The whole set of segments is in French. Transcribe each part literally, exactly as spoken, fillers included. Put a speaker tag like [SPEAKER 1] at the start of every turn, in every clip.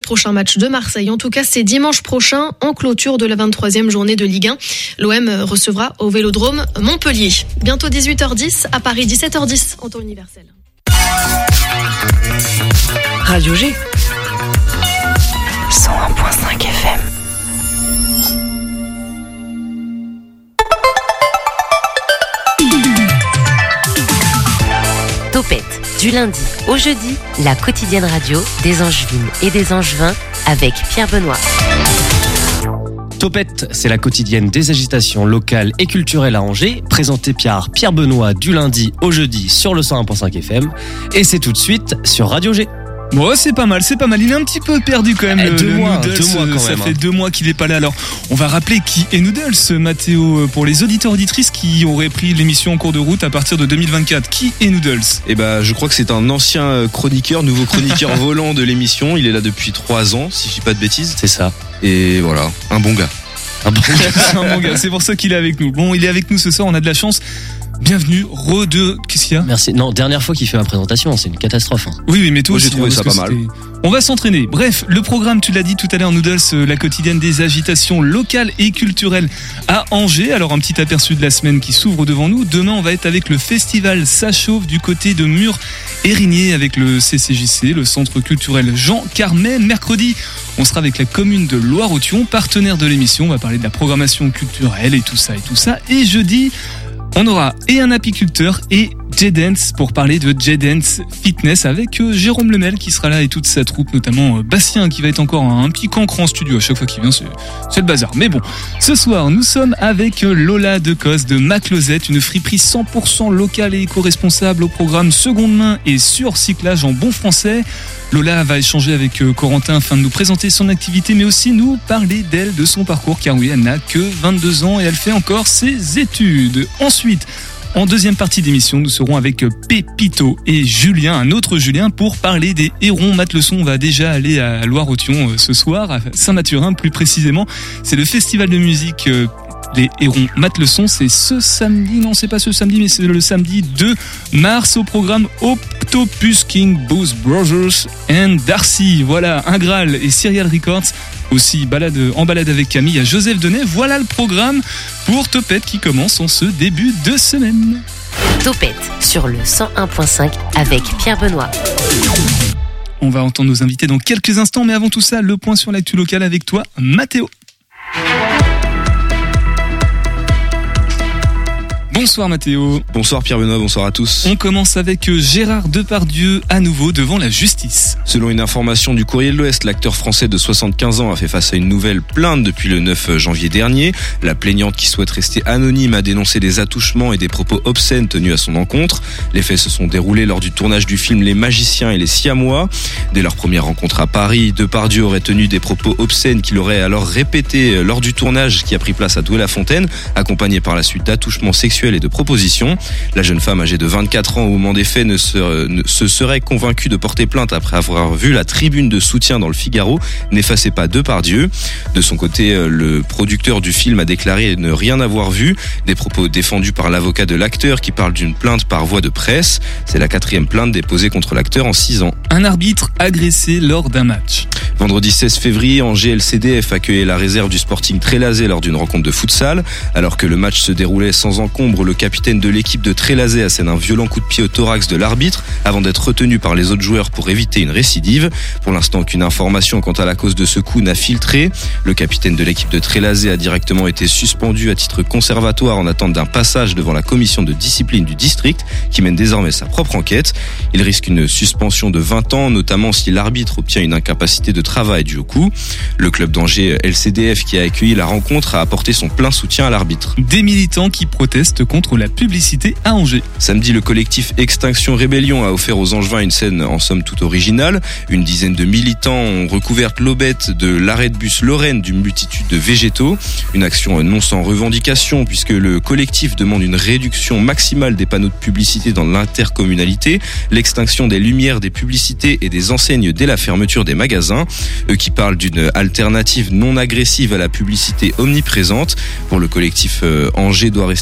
[SPEAKER 1] Prochain match de Marseille. En tout cas, c'est dimanche prochain en clôture de la vingt-troisième journée de Ligue un. L'O M recevra au Vélodrome Montpellier. Bientôt dix-huit heures dix, à Paris dix-sept heures dix en temps universel.
[SPEAKER 2] Radio G cent un virgule cinq F M.
[SPEAKER 3] Topette, du lundi au jeudi, la quotidienne radio des Angevines et des Angevins avec Pierre Benoît.
[SPEAKER 4] Topette, c'est la quotidienne des agitations locales et culturelles à Angers, présentée par Pierre Benoît du lundi au jeudi sur le cent un virgule cinq F M. Et c'est tout de suite sur Radio G.
[SPEAKER 5] Bon, c'est pas mal, c'est pas mal. Il est un petit peu perdu quand même.
[SPEAKER 4] Eh,
[SPEAKER 5] le,
[SPEAKER 4] deux
[SPEAKER 5] le
[SPEAKER 4] mois,
[SPEAKER 5] Noodles,
[SPEAKER 4] deux mois quand
[SPEAKER 5] ça
[SPEAKER 4] même,
[SPEAKER 5] fait
[SPEAKER 4] hein.
[SPEAKER 5] deux mois qu'il est pas là. Alors, on va rappeler qui est Noodles, Mathéo, pour les auditeurs auditrices qui auraient pris l'émission en cours de route à partir de deux mille vingt-quatre. Qui est Noodles ?
[SPEAKER 6] Eh ben, je crois que c'est un ancien chroniqueur, nouveau chroniqueur volant de l'émission. Il est là depuis trois ans, si je dis pas de bêtises.
[SPEAKER 4] C'est ça.
[SPEAKER 6] Et voilà, un bon gars.
[SPEAKER 4] Un bon
[SPEAKER 5] C'est un bon gars, c'est pour ça qu'il est avec nous. Bon, il est avec nous ce soir, on a de la chance. Bienvenue, re de... Qu'est-ce qu'il y a ?
[SPEAKER 4] Merci. Non, dernière fois qu'il fait ma présentation, c'est une catastrophe. Hein.
[SPEAKER 5] Oui, oui, mais toi
[SPEAKER 6] Moi,
[SPEAKER 5] aussi,
[SPEAKER 6] j'ai trouvé
[SPEAKER 5] hein,
[SPEAKER 6] ça
[SPEAKER 5] parce
[SPEAKER 6] pas
[SPEAKER 5] que
[SPEAKER 6] mal.
[SPEAKER 5] c'était- On va s'entraîner. Bref, le programme, tu l'as dit tout à l'heure, Noodles, euh, la quotidienne des agitations locales et culturelles à Angers. Alors, un petit aperçu de la semaine qui s'ouvre devant nous. Demain, on va être avec le festival Ça Chauffe du côté de Mur-Érigné avec le C C J C, le centre culturel Jean Carmet. Mercredi, on sera avec la commune de Loire-Othion, partenaire de l'émission. On va parler de la programmation culturelle et tout ça et tout ça. Et jeudi, on aura et un apiculteur et J-Dance pour parler de J-Dance Fitness avec euh, Jérôme Lemel qui sera là et toute sa troupe, notamment euh, Bastien qui va être encore un, un petit cancre en studio à chaque fois qu'il vient, c'est, c'est le bazar. Mais bon, ce soir nous sommes avec euh, Lola Decos de Maclosette, une friperie cent pour cent locale et éco-responsable au programme seconde main et surcyclage en bon français. Lola va échanger avec euh, Corentin afin de nous présenter son activité mais aussi nous parler d'elle, de son parcours, car oui, elle n'a que vingt-deux ans et elle fait encore ses études. Ensuite, en deuxième partie d'émission, nous serons avec Pépito et Julien, un autre Julien, pour parler des hérons Mateleçon. On va déjà aller à Loire-Othion ce soir, à Saint-Mathurin plus précisément. C'est le festival de musique euh, Les Hérons Mateleçon. C'est ce samedi, non c'est pas ce samedi, mais c'est le samedi deux mars au programme Octopus King, Blues Brothers and Darcy. Voilà, un Graal et Serial Records. Aussi balade, en balade avec Camille à Joseph Denet. Voilà le programme pour Topette qui commence en ce début de semaine.
[SPEAKER 3] Topette sur le cent un virgule cinq avec Pierre Benoît.
[SPEAKER 5] On va entendre nos invités dans quelques instants, mais avant tout ça, le point sur l'actu locale avec toi, Mathéo. Bonsoir Mathéo.
[SPEAKER 6] Bonsoir Pierre Benoît, bonsoir à tous.
[SPEAKER 5] On commence avec Gérard Depardieu à nouveau devant la justice.
[SPEAKER 6] Selon une information du Courrier de l'Ouest, l'acteur français de soixante-quinze ans a fait face à une nouvelle plainte depuis le neuf janvier dernier. La plaignante, qui souhaite rester anonyme, a dénoncé des attouchements et des propos obscènes tenus à son encontre. Les faits se sont déroulés lors du tournage du film Les Magiciens et les Siamois. Dès leur première rencontre à Paris, Depardieu aurait tenu des propos obscènes qu'il aurait alors répétés lors du tournage qui a pris place à Douai-la-Fontaine, accompagné par la suite d'attouchements sexuels et de propositions. La jeune femme âgée de vingt-quatre ans au moment des faits ne se, ne se serait convaincue de porter plainte après avoir vu la tribune de soutien dans le Figaro n'effaçait pas Depardieu. De son côté, le producteur du film a déclaré ne rien avoir vu. Des propos défendus par l'avocat de l'acteur qui parle d'une plainte par voie de presse. C'est la quatrième plainte déposée contre l'acteur en six ans.
[SPEAKER 5] Un arbitre agressé lors d'un match.
[SPEAKER 6] Vendredi seize février, Angers L C D F accueillait la réserve du Sporting Trélazé lors d'une rencontre de futsal. Alors que le match se déroulait sans encombre, le capitaine de l'équipe de Trélazé assène un violent coup de pied au thorax de l'arbitre avant d'être retenu par les autres joueurs pour éviter une récidive. Pour l'instant, aucune information quant à la cause de ce coup n'a filtré. Le capitaine de l'équipe de Trélazé a directement été suspendu à titre conservatoire en attente d'un passage devant la commission de discipline du district qui mène désormais sa propre enquête. Il risque une suspension de vingt ans, notamment si l'arbitre obtient une incapacité de travail due au coup. Le club d'Angers L C D F qui a accueilli la rencontre a apporté son plein soutien à l'arbitre.
[SPEAKER 5] Des militants qui protestent contre la publicité à Angers.
[SPEAKER 6] Samedi, le collectif Extinction Rébellion a offert aux Angevins une scène en somme toute originale. Une dizaine de militants ont recouvert l'aubette de l'arrêt de bus Lorraine d'une multitude de végétaux. Une action non sans revendication puisque le collectif demande une réduction maximale des panneaux de publicité dans l'intercommunalité, l'extinction des lumières, des publicités et des enseignes dès la fermeture des magasins. Eux qui parlent d'une alternative non agressive à la publicité omniprésente. Pour le collectif, euh, Angers doit rester une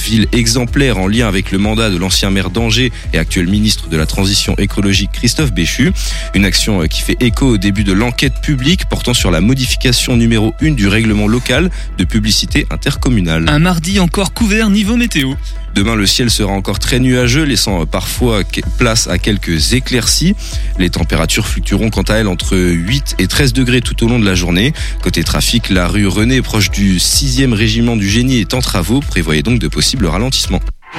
[SPEAKER 6] ville exemplaire en lien avec le mandat de l'ancien maire d'Angers et actuel ministre de la Transition écologique Christophe Béchu. Une action qui fait écho au début de l'enquête publique portant sur la modification numéro un du règlement local de publicité intercommunale.
[SPEAKER 5] Un mardi encore couvert niveau météo.
[SPEAKER 6] Demain, le ciel sera encore très nuageux, laissant parfois place à quelques éclaircies. Les températures fluctueront quant à elles entre huit et treize degrés tout au long de la journée. Côté trafic, la rue René, proche du sixième régiment du génie, est en travaux. Prévoyez donc de possibles ralentissements.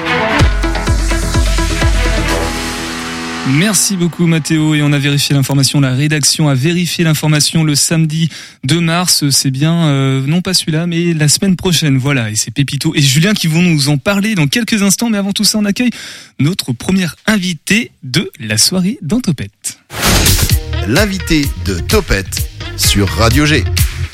[SPEAKER 5] Merci beaucoup Mathéo, et on a vérifié l'information, la rédaction a vérifié l'information le samedi deux mars, c'est bien, euh, non pas celui-là, mais la semaine prochaine, voilà, et c'est Pépito et Julien qui vont nous en parler dans quelques instants, mais avant tout ça on accueille notre première invitée de la soirée dans Topette.
[SPEAKER 7] L'invité de Topette sur Radio G.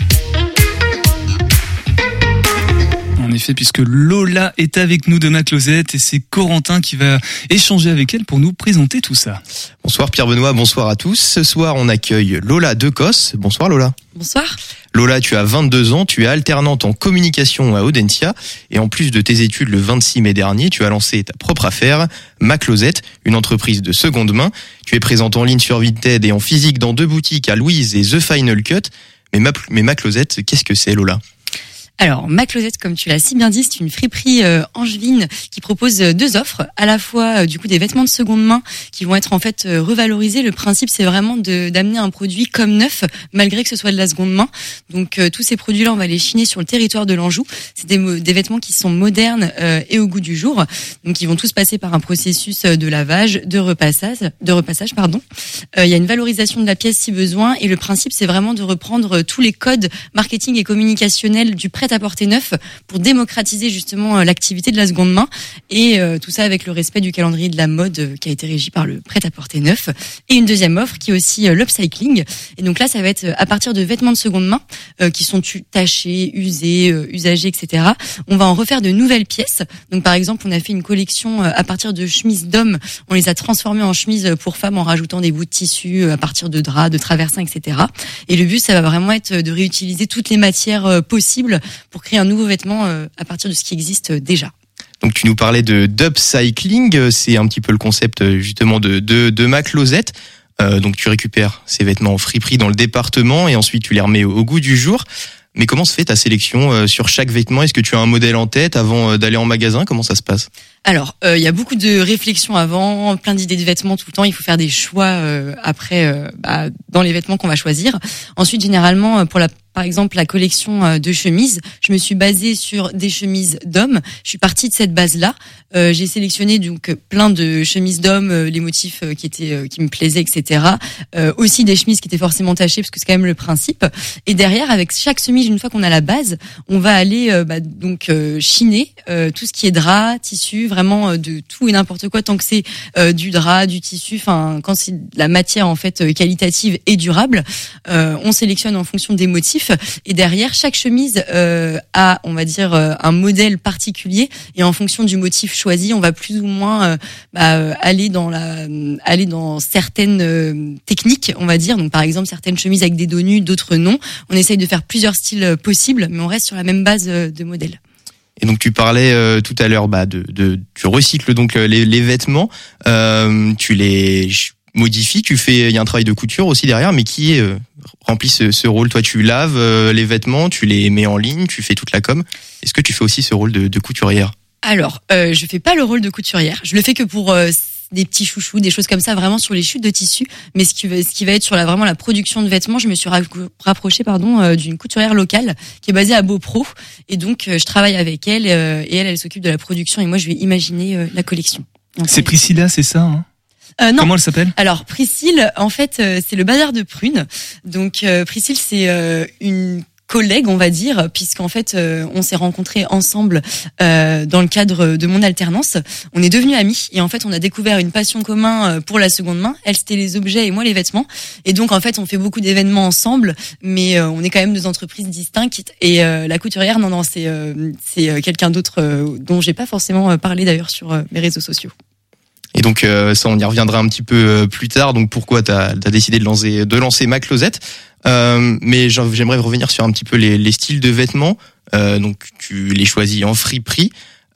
[SPEAKER 5] En effet, puisque Lola est avec nous de Maclosette et c'est Corentin qui va échanger avec elle pour nous présenter tout ça.
[SPEAKER 8] Bonsoir Pierre Benoît, bonsoir à tous. Ce soir, on accueille Lola Decos. Bonsoir Lola.
[SPEAKER 9] Bonsoir.
[SPEAKER 8] Lola, tu as vingt-deux ans, tu es alternante en communication à Audencia et en plus de tes études le vingt-six mai dernier, tu as lancé ta propre affaire, Maclosette, une entreprise de seconde main. Tu es présente en ligne sur Vinted et en physique dans deux boutiques à Louise et The Final Cut. Mais, Ma- mais Maclosette, qu'est-ce que c'est Lola ?
[SPEAKER 9] Alors, Maclosette, comme tu l'as si bien dit, c'est une friperie euh, angevine qui propose euh, deux offres, à la fois euh, du coup des vêtements de seconde main qui vont être en fait euh, revalorisés. Le principe, c'est vraiment de d'amener un produit comme neuf, malgré que ce soit de la seconde main. Donc, euh, tous ces produits-là, on va les chiner sur le territoire de l'Anjou. C'est des, des vêtements qui sont modernes euh, et au goût du jour. Donc, ils vont tous passer par un processus de lavage, de repassage, de repassage, pardon. Euh, il y a une valorisation de la pièce si besoin, et le principe, c'est vraiment de reprendre tous les codes marketing et communicationnels du prêt à porter neuf pour démocratiser justement l'activité de la seconde main, et euh, tout ça avec le respect du calendrier de la mode euh, qui a été régi par le prêt à porter neuf. Et une deuxième offre qui est aussi euh, l'upcycling, et donc là ça va être à partir de vêtements de seconde main euh, qui sont tachés, usés, euh, usagés, et cetera. On va en refaire de nouvelles pièces. Donc par exemple, on a fait une collection euh, à partir de chemises d'hommes, on les a transformées en chemises pour femmes en rajoutant des bouts de tissu euh, à partir de draps, de traversins, et cetera. Et le but, ça va vraiment être de réutiliser toutes les matières euh, possibles pour créer un nouveau vêtement euh, à partir de ce qui existe déjà.
[SPEAKER 8] Donc tu nous parlais de d'upcycling, c'est un petit peu le concept justement de de, de Maclosette. Euh, donc tu récupères ces vêtements en friperie dans le département et ensuite tu les remets au, au goût du jour. Mais comment se fait ta sélection euh, sur chaque vêtement ? Est-ce que tu as un modèle en tête avant euh, d'aller en magasin ? Comment ça se passe ?
[SPEAKER 9] Alors, il euh, y a beaucoup de réflexions avant, plein d'idées de vêtements tout le temps. Il faut faire des choix euh, après euh, bah, dans les vêtements qu'on va choisir. Ensuite, généralement, pour la par exemple la collection de chemises, je me suis basée sur des chemises d'hommes. Je suis partie de cette base-là. Euh, j'ai sélectionné donc plein de chemises d'hommes, euh, les motifs euh, qui étaient euh, qui me plaisaient, et cetera. Euh, aussi des chemises qui étaient forcément tachées parce que c'est quand même le principe. Et derrière, avec chaque chemise, une fois qu'on a la base, on va aller euh, bah, donc euh, chiner euh, tout ce qui est drap, tissu, vraiment euh, de tout et n'importe quoi tant que c'est euh, du drap, du tissu. Enfin, quand c'est de la matière en fait euh, qualitative et durable, euh, on sélectionne en fonction des motifs. Et derrière, chaque chemise euh, a, on va dire, euh, un modèle particulier. Et en fonction du motif choisi, on va plus ou moins euh, bah, aller dans la, aller dans certaines euh, techniques, on va dire. Donc, par exemple, certaines chemises avec des dos nus, d'autres non. On essaye de faire plusieurs styles possibles, mais on reste sur la même base euh, de modèle.
[SPEAKER 8] Et donc tu parlais euh, tout à l'heure bah, de, de, tu recycles donc les, les vêtements, euh, tu les modifies, tu fais, il y a un travail de couture aussi derrière, mais qui est, euh, remplit ce, ce rôle. Toi, tu laves euh, les vêtements, tu les mets en ligne, tu fais toute la com. Est-ce que tu fais aussi ce rôle de, de couturière ?
[SPEAKER 9] Alors, euh, je fais pas le rôle de couturière. Je le fais que pour euh, des petits chouchous, des choses comme ça, vraiment sur les chutes de tissu. Mais ce qui va, ce qui va être sur la vraiment la production de vêtements, je me suis rapprochée pardon euh, d'une couturière locale qui est basée à Beaupro, et donc euh, je travaille avec elle euh, et elle, elle s'occupe de la production et moi je vais imaginer euh, la collection.
[SPEAKER 5] C'est Priscilla, c'est ça hein
[SPEAKER 9] Euh, non.
[SPEAKER 5] Comment elle s'appelle ?
[SPEAKER 9] Alors Priscille, en fait, euh, c'est le bazar de Prunes. Donc euh, Priscille, c'est euh, une collègue, on va dire, puisqu'en fait, euh, on s'est rencontrés ensemble euh, dans le cadre de mon alternance. On est devenus amis et en fait, on a découvert une passion commune pour la seconde main. Elle, c'était les objets et moi, les vêtements. Et donc, en fait, on fait beaucoup d'événements ensemble, mais euh, on est quand même deux entreprises distinctes. Et euh, la couturière, non, non, c'est euh, c'est quelqu'un d'autre euh, dont j'ai pas forcément parlé d'ailleurs sur euh, mes réseaux sociaux.
[SPEAKER 8] Et donc euh, ça, on y reviendra un petit peu euh, plus tard. Donc pourquoi t'as, t'as décidé de lancer, de lancer Maclosette. Euh, mais j'aimerais revenir sur un petit peu les, les styles de vêtements. Euh, donc tu les choisis en friperie.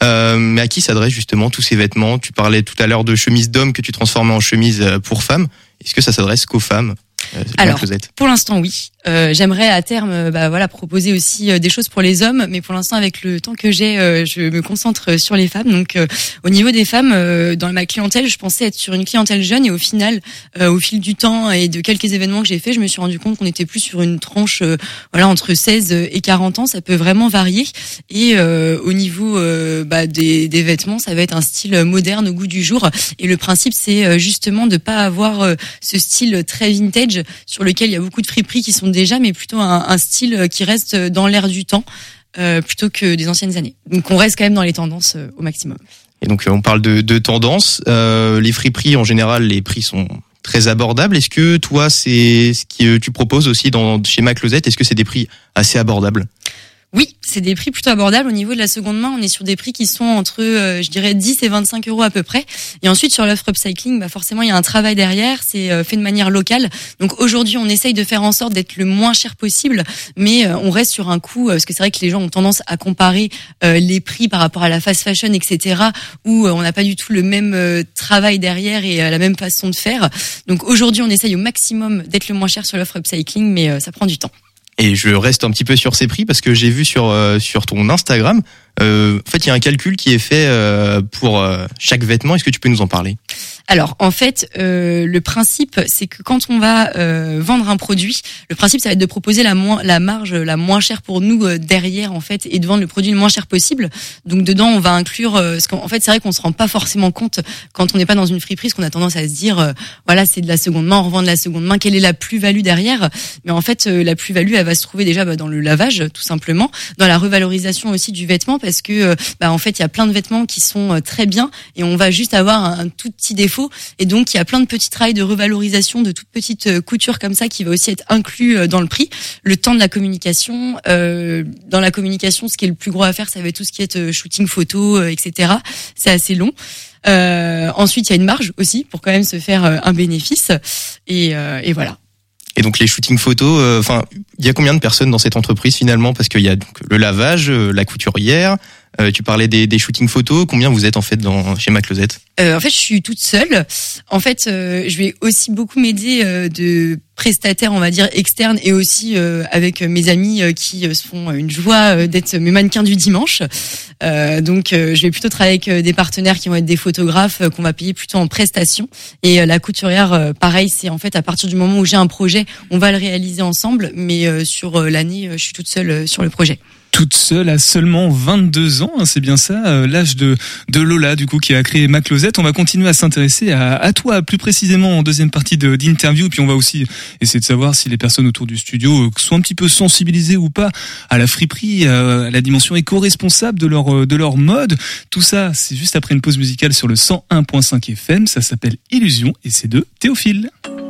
[SPEAKER 8] Euh, mais à qui s'adressent justement tous ces vêtements? Tu parlais tout à l'heure de chemises d'hommes que tu transformais en chemises pour femmes. Est-ce que ça s'adresse qu'aux femmes? Euh,
[SPEAKER 9] Alors, pour l'instant, oui. Euh, j'aimerais à terme, bah voilà, proposer aussi euh, des choses pour les hommes, mais pour l'instant, avec le temps que j'ai, euh, je me concentre sur les femmes. Donc, euh, au niveau des femmes, euh, dans ma clientèle, je pensais être sur une clientèle jeune, et au final, euh, au fil du temps et de quelques événements que j'ai faits, je me suis rendu compte qu'on était plus sur une tranche, euh, voilà, entre seize et quarante ans. Ça peut vraiment varier. Et euh, au niveau euh, bah, des, des vêtements, ça va être un style moderne au goût du jour. Et le principe, c'est justement de pas avoir euh, ce style très vintage sur lequel il y a beaucoup de friperies qui sont déjà, mais plutôt un, un style qui reste dans l'air du temps, euh, plutôt que des anciennes années. Donc on reste quand même dans les tendances euh, au maximum.
[SPEAKER 8] Et donc on parle de, de tendances. Euh, les friperies en général, les prix sont très abordables. Est-ce que toi, c'est ce que tu proposes aussi dans chez Maclosette? Est-ce que c'est des prix assez abordables?
[SPEAKER 9] Oui, c'est des prix plutôt abordables. Au niveau de la seconde main, on est sur des prix qui sont entre, euh, je dirais, dix et vingt-cinq euros à peu près. Et ensuite, sur l'offre upcycling, bah forcément, il y a un travail derrière. C'est euh, fait de manière locale. Donc aujourd'hui, on essaye de faire en sorte d'être le moins cher possible, mais euh, on reste sur un coût, euh, parce que c'est vrai que les gens ont tendance à comparer euh, les prix par rapport à la fast fashion, et cetera, où euh, on n'a pas du tout le même euh, travail derrière et euh, la même façon de faire. Donc aujourd'hui, on essaye au maximum d'être le moins cher sur l'offre upcycling, mais euh, ça prend du temps.
[SPEAKER 8] Et je reste un petit peu sur ces prix parce que j'ai vu sur euh, sur ton Instagram, euh, en fait, il y a un calcul qui est fait euh, pour euh, chaque vêtement. Est-ce que tu peux nous en parler?
[SPEAKER 9] Alors, en fait, euh, le principe, c'est que quand on va euh, vendre un produit, le principe, ça va être de proposer la moins, la marge la moins chère pour nous euh, derrière, en fait, et de vendre le produit le moins cher possible. Donc, dedans, on va inclure, euh, ce qu'en en fait, c'est vrai qu'on se rend pas forcément compte quand on n'est pas dans une friperie, qu'on a tendance à se dire, euh, voilà, c'est de la seconde main, on revend de la seconde main, quelle est la plus-value derrière? Mais en fait, euh, la plus-value, elle va se trouver déjà bah, dans le lavage, tout simplement, dans la revalorisation aussi du vêtement, parce que, euh, bah, en fait, il y a plein de vêtements qui sont euh, très bien, et on va juste avoir un, un tout petit défaut. Et donc, il y a plein de petits travails de revalorisation, de toutes petites coutures comme ça qui va aussi être inclus dans le prix. Le temps de la communication. Euh, dans la communication, ce qui est le plus gros à faire, ça va être tout ce qui est shooting photo, et cetera. C'est assez long. Euh, ensuite, il y a une marge aussi pour quand même se faire un bénéfice. Et, euh, et voilà.
[SPEAKER 8] Et donc les shootings photos, enfin, euh, il y a combien de personnes dans cette entreprise finalement? Parce qu'il y a donc le lavage, la couturière. Euh, tu parlais des, des shootings photos. Combien vous êtes en fait dans chez Maclosette?
[SPEAKER 9] Euh, en fait, je suis toute seule. En fait, euh, je vais aussi beaucoup m'aider euh, de prestataires, on va dire externes, et aussi euh, avec mes amis euh, qui euh, se font une joie euh, d'être mes mannequins du dimanche. Euh, donc, euh, je vais plutôt travailler avec euh, des partenaires qui vont être des photographes euh, qu'on va payer plutôt en prestation. Et euh, la couturière, euh, pareil, c'est en fait à partir du moment où j'ai un projet, on va le réaliser ensemble. Mais euh, sur euh, l'année, euh, je suis toute seule euh, sur le projet.
[SPEAKER 5] Toute seule à seulement vingt-deux ans, hein, c'est bien ça, euh, l'âge de de Lola du coup qui a créé Maclosette. On va continuer à s'intéresser à, à toi plus précisément en deuxième partie de d'interview, puis on va aussi essayer de savoir si les personnes autour du studio sont un petit peu sensibilisées ou pas à la friperie, à la dimension éco-responsable de leur de leur mode. Tout ça, c'est juste après une pause musicale sur le cent un virgule cinq F M. Ça s'appelle Illusion et c'est de Théophile.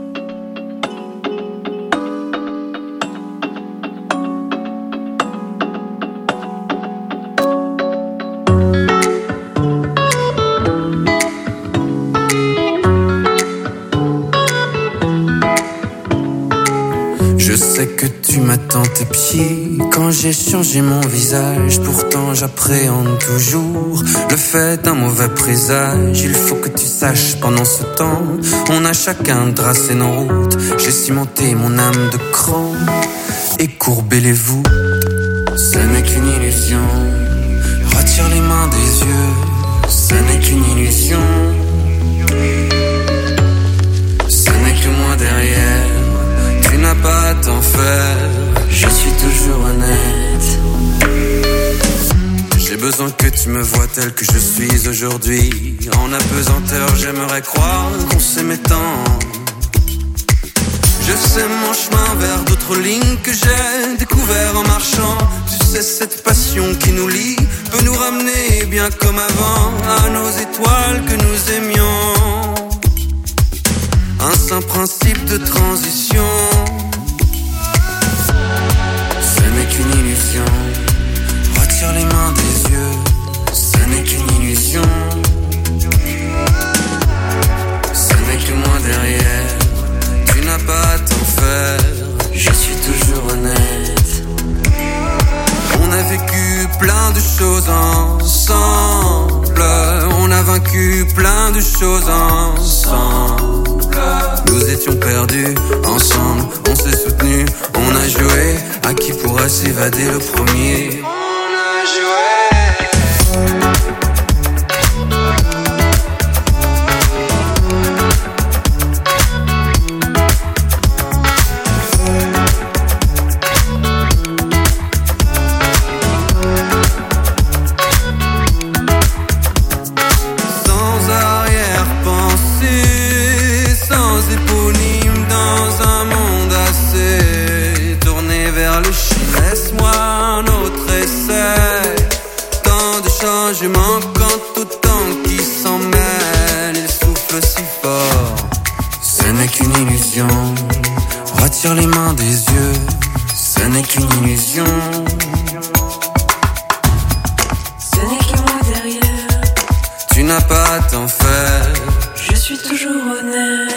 [SPEAKER 10] Je sais que tu m'attends tes pieds quand j'ai changé mon visage. Pourtant j'appréhende toujours le fait d'un mauvais présage. Il faut que tu saches, pendant ce temps, on a chacun tracé nos routes. J'ai cimenté mon âme de cran et courbé les voûtes. Ce n'est qu'une illusion, retire les mains des yeux. Ce n'est qu'une illusion, ce n'est que moi derrière. Tu n'as pas à t'en faire, je suis toujours honnête. J'ai besoin que tu me vois tel que je suis aujourd'hui. En apesanteur, j'aimerais croire qu'on s'aimait tant. Je sais mon chemin vers d'autres lignes que j'ai découvert en marchant. Tu sais, cette passion qui nous lie peut nous ramener bien comme avant à nos étoiles que nous aimions. Un saint principe de transition. Ce n'est qu'une illusion, retire les mains des yeux. Ce n'est qu'une illusion, ce n'est que moi derrière. Tu n'as pas à t'en faire, je suis toujours honnête. On a vécu plein de choses ensemble. On a vaincu plein de choses ensemble. Nous étions perdus ensemble, on s'est soutenus, on a joué. À qui pourra s'évader le premier? On a joué. Quand autant qui s'en mêle, il souffle si fort. Ce n'est qu'une illusion. Retire les mains des yeux. Ce n'est qu'une illusion. Ce n'est que moi derrière. Tu n'as pas à t'en faire. Je suis toujours honnête.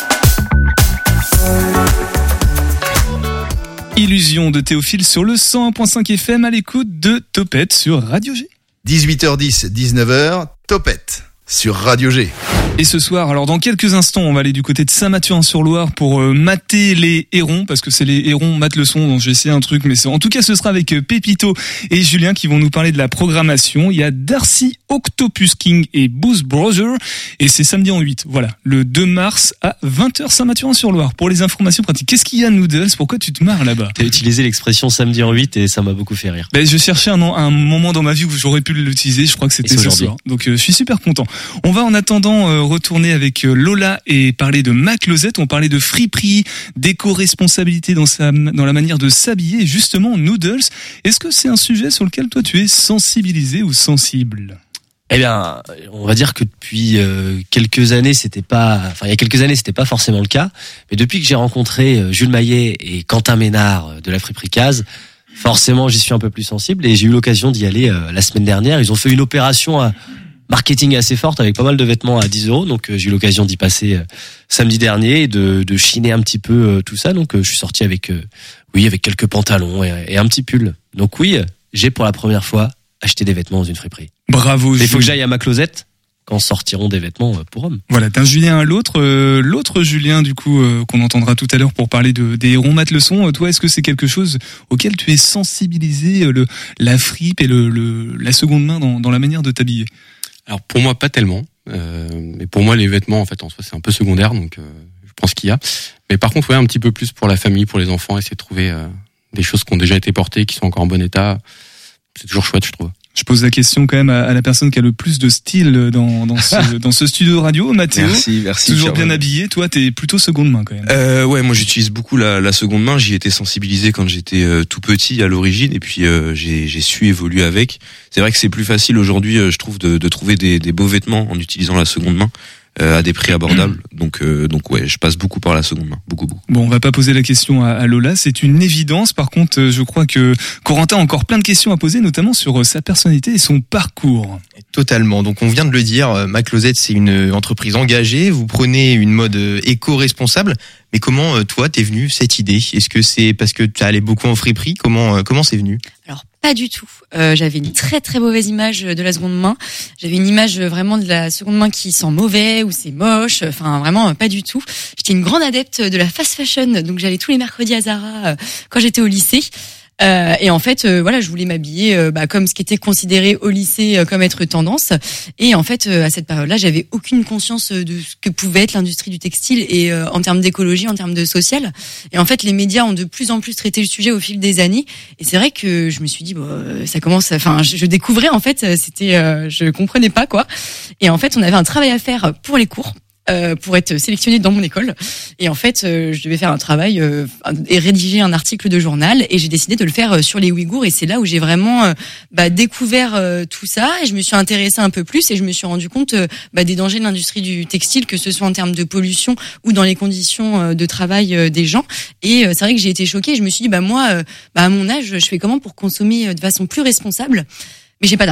[SPEAKER 5] Illusion de Théophile sur le cent un point cinq F M à l'écoute de Topette sur Radio G.
[SPEAKER 7] dix-huit heures dix, dix-neuf heures, Topette sur Radio G.
[SPEAKER 5] Et ce soir, alors dans quelques instants, on va aller du côté de Saint-Mathurin-sur-Loire pour euh, mater les hérons, parce que c'est les hérons matent le son, donc j'ai essayé un truc, mais c'est... en tout cas ce sera avec euh, Pépito et Julien qui vont nous parler de la programmation. Il y a Darcy, Octopus King et Boost Brother, et c'est samedi en huit, voilà, le deux mars à vingt heures Saint-Mathurin-sur-Loire. Pour les informations pratiques, qu'est-ce qu'il y a Noodles? Pourquoi tu te marres là-bas?
[SPEAKER 4] T'as utilisé l'expression samedi en huit et ça m'a beaucoup fait rire.
[SPEAKER 5] Ben, je cherchais un, un moment dans ma vie où j'aurais pu l'utiliser, je crois que c'était ce soir, donc euh, je suis super content. On va en attendant euh, retourner avec Lola et parler de Ma Closette. On parlait de friperie, d'éco-responsabilité dans sa, dans la manière de s'habiller. Justement, Noodles, est-ce que c'est un sujet sur lequel toi tu es sensibilisé ou sensible?
[SPEAKER 4] Eh bien, on va dire que depuis euh, quelques années, c'était pas, enfin il y a quelques années, c'était pas forcément le cas. Mais depuis que j'ai rencontré euh, Jules Maillet et Quentin Ménard euh, de la friperie Case, forcément, j'y suis un peu plus sensible et j'ai eu l'occasion d'y aller euh, la semaine dernière. Ils ont fait une opération à marketing assez forte avec pas mal de vêtements à dix euros, donc euh, j'ai eu l'occasion d'y passer euh, samedi dernier et de, de chiner un petit peu euh, tout ça, donc euh, je suis sorti avec euh, oui avec quelques pantalons et, et un petit pull. Donc oui, j'ai pour la première fois acheté des vêtements dans une friperie.
[SPEAKER 5] Bravo.
[SPEAKER 4] Il faut que j'aille à Ma Closette quand sortiront des vêtements pour hommes.
[SPEAKER 5] Voilà, d'un Julien à l'autre, euh, l'autre Julien du coup euh, qu'on entendra tout à l'heure pour parler de des hérons matent le son. Toi, est-ce que c'est quelque chose auquel tu es sensibilisé, euh, le la fripe et le, le la seconde main dans dans la manière de t'habiller?
[SPEAKER 11] Alors pour moi pas tellement, euh, mais pour moi les vêtements en fait en soi c'est un peu secondaire, donc euh, je pense qu'il y a. Mais par contre ouais un petit peu plus pour la famille, pour les enfants, essayer de trouver euh, des choses qui ont déjà été portées, qui sont encore en bon état. C'est toujours chouette je trouve.
[SPEAKER 5] Je pose la question quand même à, à la personne qui a le plus de style dans, dans, ce, dans ce studio radio, Mathéo.
[SPEAKER 6] Merci, merci.
[SPEAKER 5] Toujours bien habillé. Toi, t'es plutôt seconde main quand même.
[SPEAKER 6] Euh, ouais, moi j'utilise beaucoup la, la seconde main. J'y étais sensibilisé quand j'étais euh, tout petit à l'origine, et puis euh, j'ai, j'ai su évoluer avec. C'est vrai que c'est plus facile aujourd'hui, euh, je trouve, de, de trouver des, des beaux vêtements en utilisant la seconde main. Euh, à des prix abordables, mmh. donc euh, donc ouais, je passe beaucoup par la seconde main, beaucoup beaucoup.
[SPEAKER 5] Bon, on va pas poser la question à, à Lola, c'est une évidence. Par contre, je crois que Corentin a encore plein de questions à poser, notamment sur sa personnalité et son parcours.
[SPEAKER 8] Totalement. Donc on vient de le dire, Ma Closette, c'est une entreprise engagée. Vous prenez une mode éco-responsable. Mais comment toi t'es venue cette idée? Est-ce que c'est parce que tu allais beaucoup en friperie? Comment comment c'est venu?
[SPEAKER 9] Alors pas du tout. Euh, j'avais une très très mauvaise image de la seconde main. J'avais une image vraiment de la seconde main qui sent mauvais ou c'est moche. Enfin vraiment pas du tout. J'étais une grande adepte de la fast fashion, donc j'allais tous les mercredis à Zara euh, quand j'étais au lycée. Euh, et en fait, euh, voilà, je voulais m'habiller euh, bah, comme ce qui était considéré au lycée euh, comme être tendance. Et en fait, euh, à cette période-là, j'avais aucune conscience de ce que pouvait être l'industrie du textile et euh, en termes d'écologie, en termes de social. Et en fait, les médias ont de plus en plus traité le sujet au fil des années. Et c'est vrai que je me suis dit, bon, ça commence. Enfin, je, je découvrais en fait, c'était, euh, je comprenais pas quoi. Et en fait, on avait un travail à faire pour les cours. Euh, pour être sélectionnée dans mon école. Et en fait, euh, je devais faire un travail euh, et rédiger un article de journal. Et j'ai décidé de le faire euh, sur les Ouïghours. Et c'est là où j'ai vraiment euh, bah, découvert euh, tout ça. Et je me suis intéressée un peu plus. Et je me suis rendu compte euh, bah, des dangers de l'industrie du textile, que ce soit en termes de pollution ou dans les conditions euh, de travail euh, des gens. Et euh, c'est vrai que j'ai été choquée. Je me suis dit, bah moi, euh, bah, à mon âge, je fais comment pour consommer euh, de façon plus responsable ? Mais j'ai pas d'argent.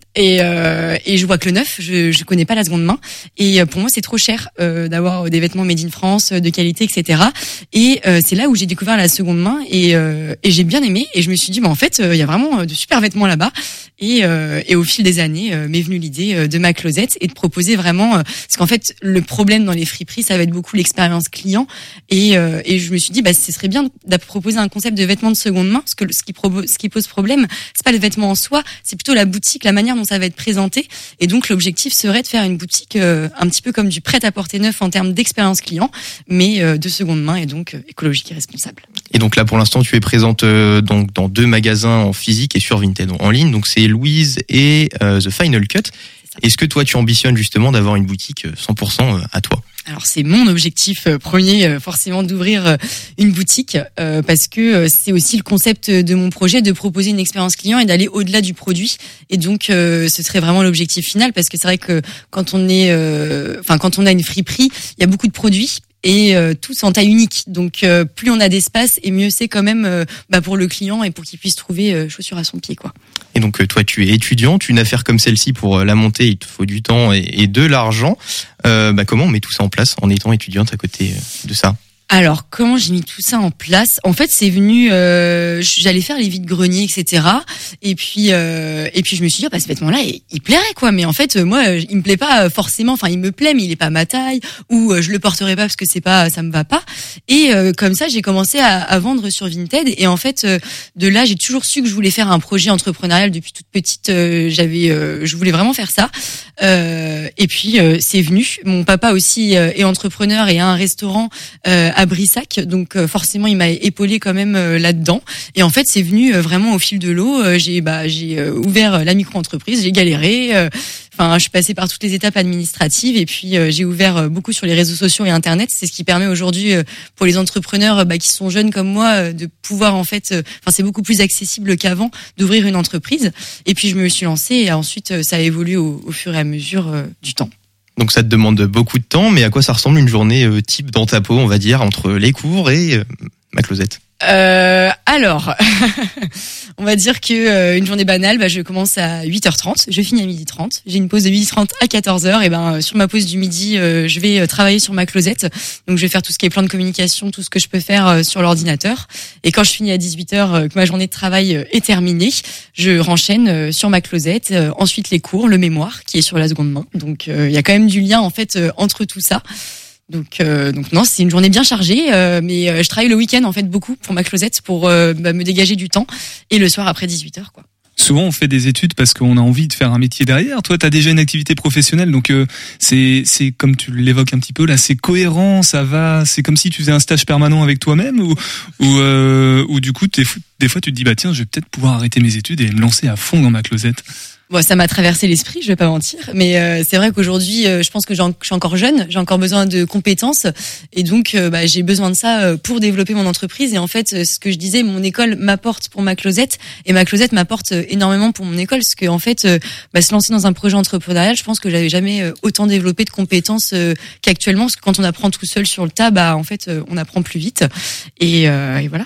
[SPEAKER 9] Et, euh, et je vois que le neuf, je je connais pas la seconde main. Et pour moi, c'est trop cher euh, d'avoir des vêtements made in France, de qualité, et cetera. Et euh, c'est là où j'ai découvert la seconde main et, euh, et j'ai bien aimé. Et je me suis dit, bah en fait, il euh, y a vraiment de super vêtements là-bas. Et, euh, et au fil des années, euh, m'est venue l'idée euh, de ma closette et de proposer vraiment, euh, parce qu'en fait, le problème dans les friperies, ça va être beaucoup l'expérience client. Et, euh, et je me suis dit, bah ce serait bien de proposer un concept de vêtements de seconde main, parce que ce qui, pro- ce qui pose problème, c'est pas le vêtement en soi, c'est plutôt la boutique, la manière dont ça va être présenté. Et donc l'objectif serait de faire une boutique euh, un petit peu comme du prêt-à-porter neuf en termes d'expérience client, mais euh, de seconde main et donc euh, écologique et responsable.
[SPEAKER 8] Et donc là, pour l'instant, tu es présente euh, donc dans deux magasins en physique et sur Vinted en ligne. Donc c'est Louise et euh, The Final Cut. Est-ce que toi, tu ambitionnes justement d'avoir une boutique cent pour cent à toi ?
[SPEAKER 9] Alors c'est mon objectif premier, forcément, d'ouvrir une boutique euh, parce que c'est aussi le concept de mon projet, de proposer une expérience client et d'aller au-delà du produit. Et donc euh, ce serait vraiment l'objectif final, parce que c'est vrai que quand on est, enfin euh, quand on a une friperie, il y a beaucoup de produits. Et euh, tous en taille unique. Donc euh, plus on a d'espace et mieux c'est quand même euh, bah, pour le client et pour qu'il puisse trouver euh, chaussure à son pied, quoi.
[SPEAKER 8] Et donc toi tu es étudiante, une affaire comme celle-ci pour la monter, il te faut du temps et, et de l'argent. Euh, bah, comment on met tout ça en place en étant étudiante à côté de ça ?
[SPEAKER 9] Alors, comment j'ai mis tout ça en place ? En fait, c'est venu, euh, j'allais faire les vides-greniers, et cetera. Et puis, euh, et puis je me suis dit, bah, ce vêtement-là, il, il plairait, quoi. Mais en fait, moi, il me plaît pas forcément. Enfin, il me plaît, mais il est pas ma taille. Ou je le porterai pas parce que c'est pas, ça me va pas. Et euh, comme ça, j'ai commencé à, à vendre sur Vinted. Et en fait, euh, de là, j'ai toujours su que je voulais faire un projet entrepreneurial depuis toute petite. Euh, j'avais, euh, je voulais vraiment faire ça. Euh, et puis, euh, c'est venu. Mon papa aussi euh, est entrepreneur et a un restaurant. Euh, à Brissac, donc euh, forcément il m'a épaulé quand même euh, là-dedans. Et en fait c'est venu euh, vraiment au fil de l'eau. Euh, j'ai bah j'ai euh, ouvert la micro-entreprise, j'ai galéré. Euh, Enfin, je suis passée par toutes les étapes administratives et puis euh, j'ai ouvert euh, beaucoup sur les réseaux sociaux et Internet. C'est ce qui permet aujourd'hui euh, pour les entrepreneurs euh, bah, qui sont jeunes comme moi euh, de pouvoir en fait, euh, enfin c'est beaucoup plus accessible qu'avant d'ouvrir une entreprise. Et puis je me suis lancée et ensuite euh, ça a évolué au, au fur et à mesure euh, du temps.
[SPEAKER 8] Donc ça te demande beaucoup de temps, mais à quoi ça ressemble une journée euh, type dans ta peau, on va dire, entre les cours et euh, ma closette ?
[SPEAKER 9] Euh, alors, on va dire que euh, une journée banale, bah, je commence à huit heures trente, je finis à midi trente, j'ai une pause de midi trente à quatorze heures, et ben sur ma pause du midi, euh, je vais travailler sur ma closette. Donc je vais faire tout ce qui est plan de communication, tout ce que je peux faire euh, sur l'ordinateur. Et quand je finis à dix-huit heures, euh, que ma journée de travail euh, est terminée, je renchaîne euh, sur ma closette. Euh, ensuite les cours, le mémoire qui est sur la seconde main. Donc il euh, y a quand même du lien en fait euh, entre tout ça. Donc, euh, donc non, c'est une journée bien chargée, euh, mais euh, je travaille le week-end en fait beaucoup pour ma closette pour euh, bah, me dégager du temps et le soir après dix-huit heures, quoi.
[SPEAKER 5] Souvent, on fait des études parce qu'on a envie de faire un métier derrière. Toi, tu as déjà une activité professionnelle, donc euh, c'est c'est comme tu l'évoques un petit peu là, c'est cohérent, ça va. C'est comme si tu faisais un stage permanent avec toi-même, ou ou euh, ou du coup, des fois, tu te dis bah tiens, je vais peut-être pouvoir arrêter mes études et me lancer à fond dans ma closette.
[SPEAKER 9] Bon, ça m'a traversé l'esprit, je vais pas mentir, mais euh, c'est vrai qu'aujourd'hui, euh, je pense que j'en, je suis encore jeune, j'ai encore besoin de compétences, et donc euh, bah, j'ai besoin de ça euh, pour développer mon entreprise. Et en fait, euh, ce que je disais, mon école m'apporte pour ma closette, et ma closette m'apporte euh, énormément pour mon école, parce que en fait, euh, bah, se lancer dans un projet entrepreneurial, je pense que j'avais jamais euh, autant développé de compétences euh, qu'actuellement, parce que quand on apprend tout seul sur le tas, bah en fait, euh, on apprend plus vite, et, euh, et voilà.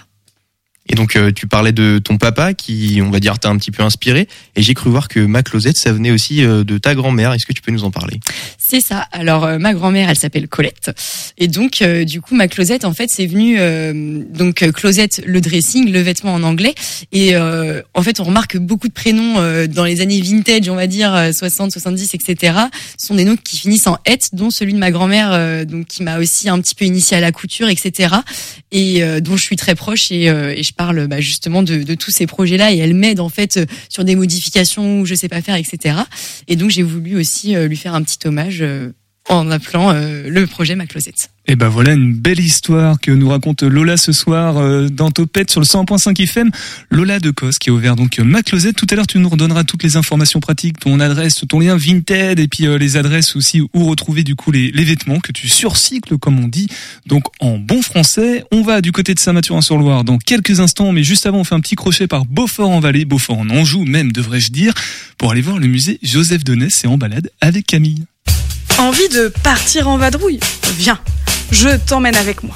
[SPEAKER 8] Et donc euh, tu parlais de ton papa qui, on va dire, t'a un petit peu inspiré. Et j'ai cru voir que ma closette, ça venait aussi euh, de ta grand-mère. Est-ce que tu peux nous en parler ?
[SPEAKER 9] C'est ça. Alors euh, ma grand-mère, elle s'appelle Colette. Et donc euh, du coup ma closette, en fait, c'est venu euh, donc euh, closette, le dressing, le vêtement en anglais. Et euh, en fait, on remarque beaucoup de prénoms euh, dans les années vintage, on va dire euh, soixante, soixante-dix, et cetera. Ce sont des noms qui finissent en -ette, dont celui de ma grand-mère, euh, donc qui m'a aussi un petit peu initiée à la couture, et cetera. Et euh, dont je suis très proche et, euh, et je parle bah, justement de, de tous ces projets-là, et elle m'aide en fait euh, sur des modifications où je sais pas faire, et cetera. Et donc j'ai voulu aussi euh, lui faire un petit hommage euh, en appelant euh, le projet Ma Closette.
[SPEAKER 5] Et ben voilà une belle histoire que nous raconte Lola ce soir euh, dans Topette sur le cent un point cinq F M. Lola de Cos qui a ouvert donc euh, Ma Closette. Tout à l'heure tu nous redonneras toutes les informations pratiques, ton adresse, ton lien Vinted, et puis euh, les adresses aussi où retrouver du coup les, les vêtements que tu surcycles comme on dit. Donc en bon français, on va du côté de Saint-Mathurin-sur-Loire dans quelques instants, mais juste avant on fait un petit crochet par Beaufort-en-Vallée, Beaufort en Anjou même devrais-je dire, pour aller voir le musée Joseph de Ness et en balade avec Camille.
[SPEAKER 12] Envie de partir en vadrouille ? Viens, je t'emmène avec moi.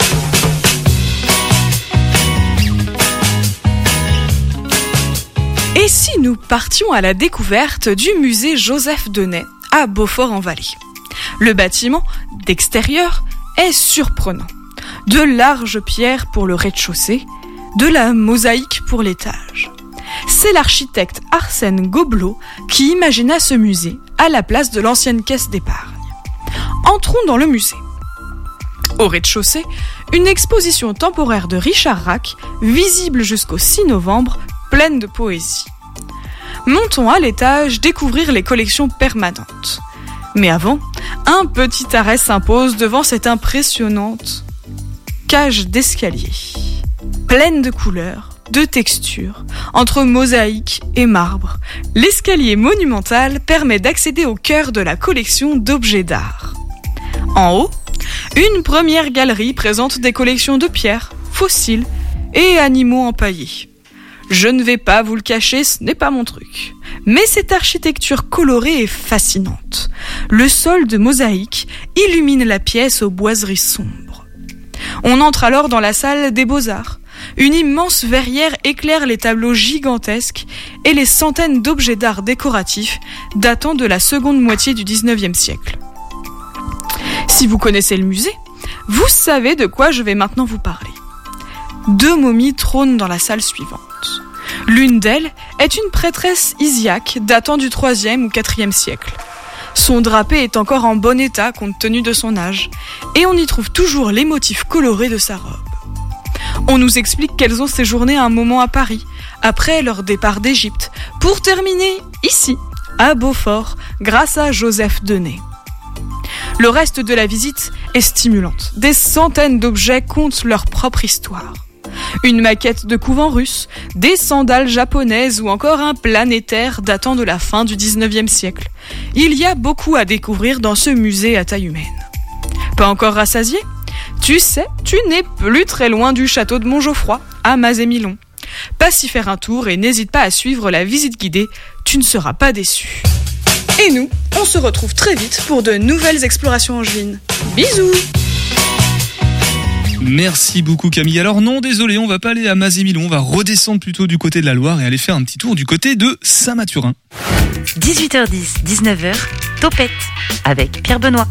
[SPEAKER 12] Et si nous partions à la découverte du musée Joseph Denay à Beaufort-en-Vallée? Le bâtiment, d'extérieur, est surprenant. De larges pierres pour le rez-de-chaussée, de la mosaïque pour l'étage. C'est l'architecte Arsène Gobelot qui imagina ce musée à la place de l'ancienne caisse d'épargne. Entrons dans le musée. Au rez-de-chaussée, une exposition temporaire de Richard Racq, visible jusqu'au six novembre, pleine de poésie. Montons à l'étage découvrir les collections permanentes. Mais avant, un petit arrêt s'impose devant cette impressionnante cage d'escalier. Pleine de couleurs, de textures, entre mosaïque et marbre, l'escalier monumental permet d'accéder au cœur de la collection d'objets d'art. En haut, une première galerie présente des collections de pierres, fossiles et animaux empaillés. Je ne vais pas vous le cacher, ce n'est pas mon truc. Mais cette architecture colorée est fascinante. Le sol de mosaïque illumine la pièce aux boiseries sombres. On entre alors dans la salle des Beaux-Arts. Une immense verrière éclaire les tableaux gigantesques et les centaines d'objets d'art décoratifs datant de la seconde moitié du dix-neuvième siècle. Si vous connaissez le musée, vous savez de quoi je vais maintenant vous parler. Deux momies trônent dans la salle suivante. L'une d'elles est une prêtresse isiaque datant du troisième ou quatrième siècle. Son drapé est encore en bon état compte tenu de son âge, et on y trouve toujours les motifs colorés de sa robe. On nous explique qu'elles ont séjourné un moment à Paris, après leur départ d'Égypte, pour terminer ici, à Beaufort, grâce à Joseph Denay. Le reste de la visite est stimulante. Des centaines d'objets content leur propre histoire. Une maquette de couvent russe, des sandales japonaises ou encore un planétaire datant de la fin du dix-neuvième siècle. Il y a beaucoup à découvrir dans ce musée à taille humaine. Pas encore rassasié ? Tu sais, tu n'es plus très loin du château de Montgeoffroy, à Mazé-Milon. Passe y faire un tour et n'hésite pas à suivre la visite guidée, tu ne seras pas déçu. Et nous, on se retrouve très vite pour de nouvelles explorations angevines. Bisous!
[SPEAKER 5] Merci beaucoup Camille. Alors non, désolé, on va pas aller à Mazé-Milon, on va redescendre plutôt du côté de la Loire et aller faire un petit tour du côté de Saint-Mathurin.
[SPEAKER 2] dix-huit heures dix, dix-neuf heures, Topette avec Pierre Benoît.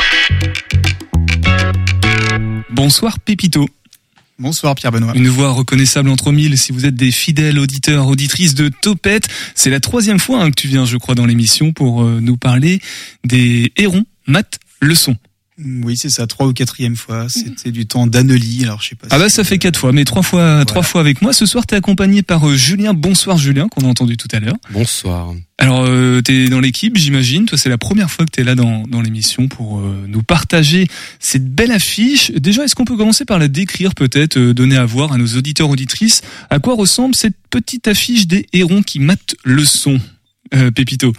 [SPEAKER 5] Bonsoir Pépito.
[SPEAKER 13] Bonsoir Pierre Benoît.
[SPEAKER 5] Une voix reconnaissable entre mille si vous êtes des fidèles auditeurs, auditrices de Topette. C'est la troisième fois hein, que tu viens, je crois, dans l'émission pour euh, nous parler des hérons mat leçon.
[SPEAKER 13] Oui, c'est ça, trois ou quatrième fois. C'était du temps d'Anneli, alors je sais pas.
[SPEAKER 5] Ah
[SPEAKER 13] si
[SPEAKER 5] bah ça fait quatre fois, mais trois fois, voilà. trois fois avec moi. Ce soir, t'es accompagné par euh, Julien. Bonsoir Julien, qu'on a entendu tout à l'heure.
[SPEAKER 11] Bonsoir.
[SPEAKER 5] Alors, euh, t'es dans l'équipe, j'imagine. Toi, c'est la première fois que t'es là dans, dans l'émission pour euh, nous partager cette belle affiche. Déjà, est-ce qu'on peut commencer par la décrire peut-être, euh, donner à voir à nos auditeurs, auditrices, à quoi ressemble cette petite affiche des hérons qui matent le son, euh, Pépito?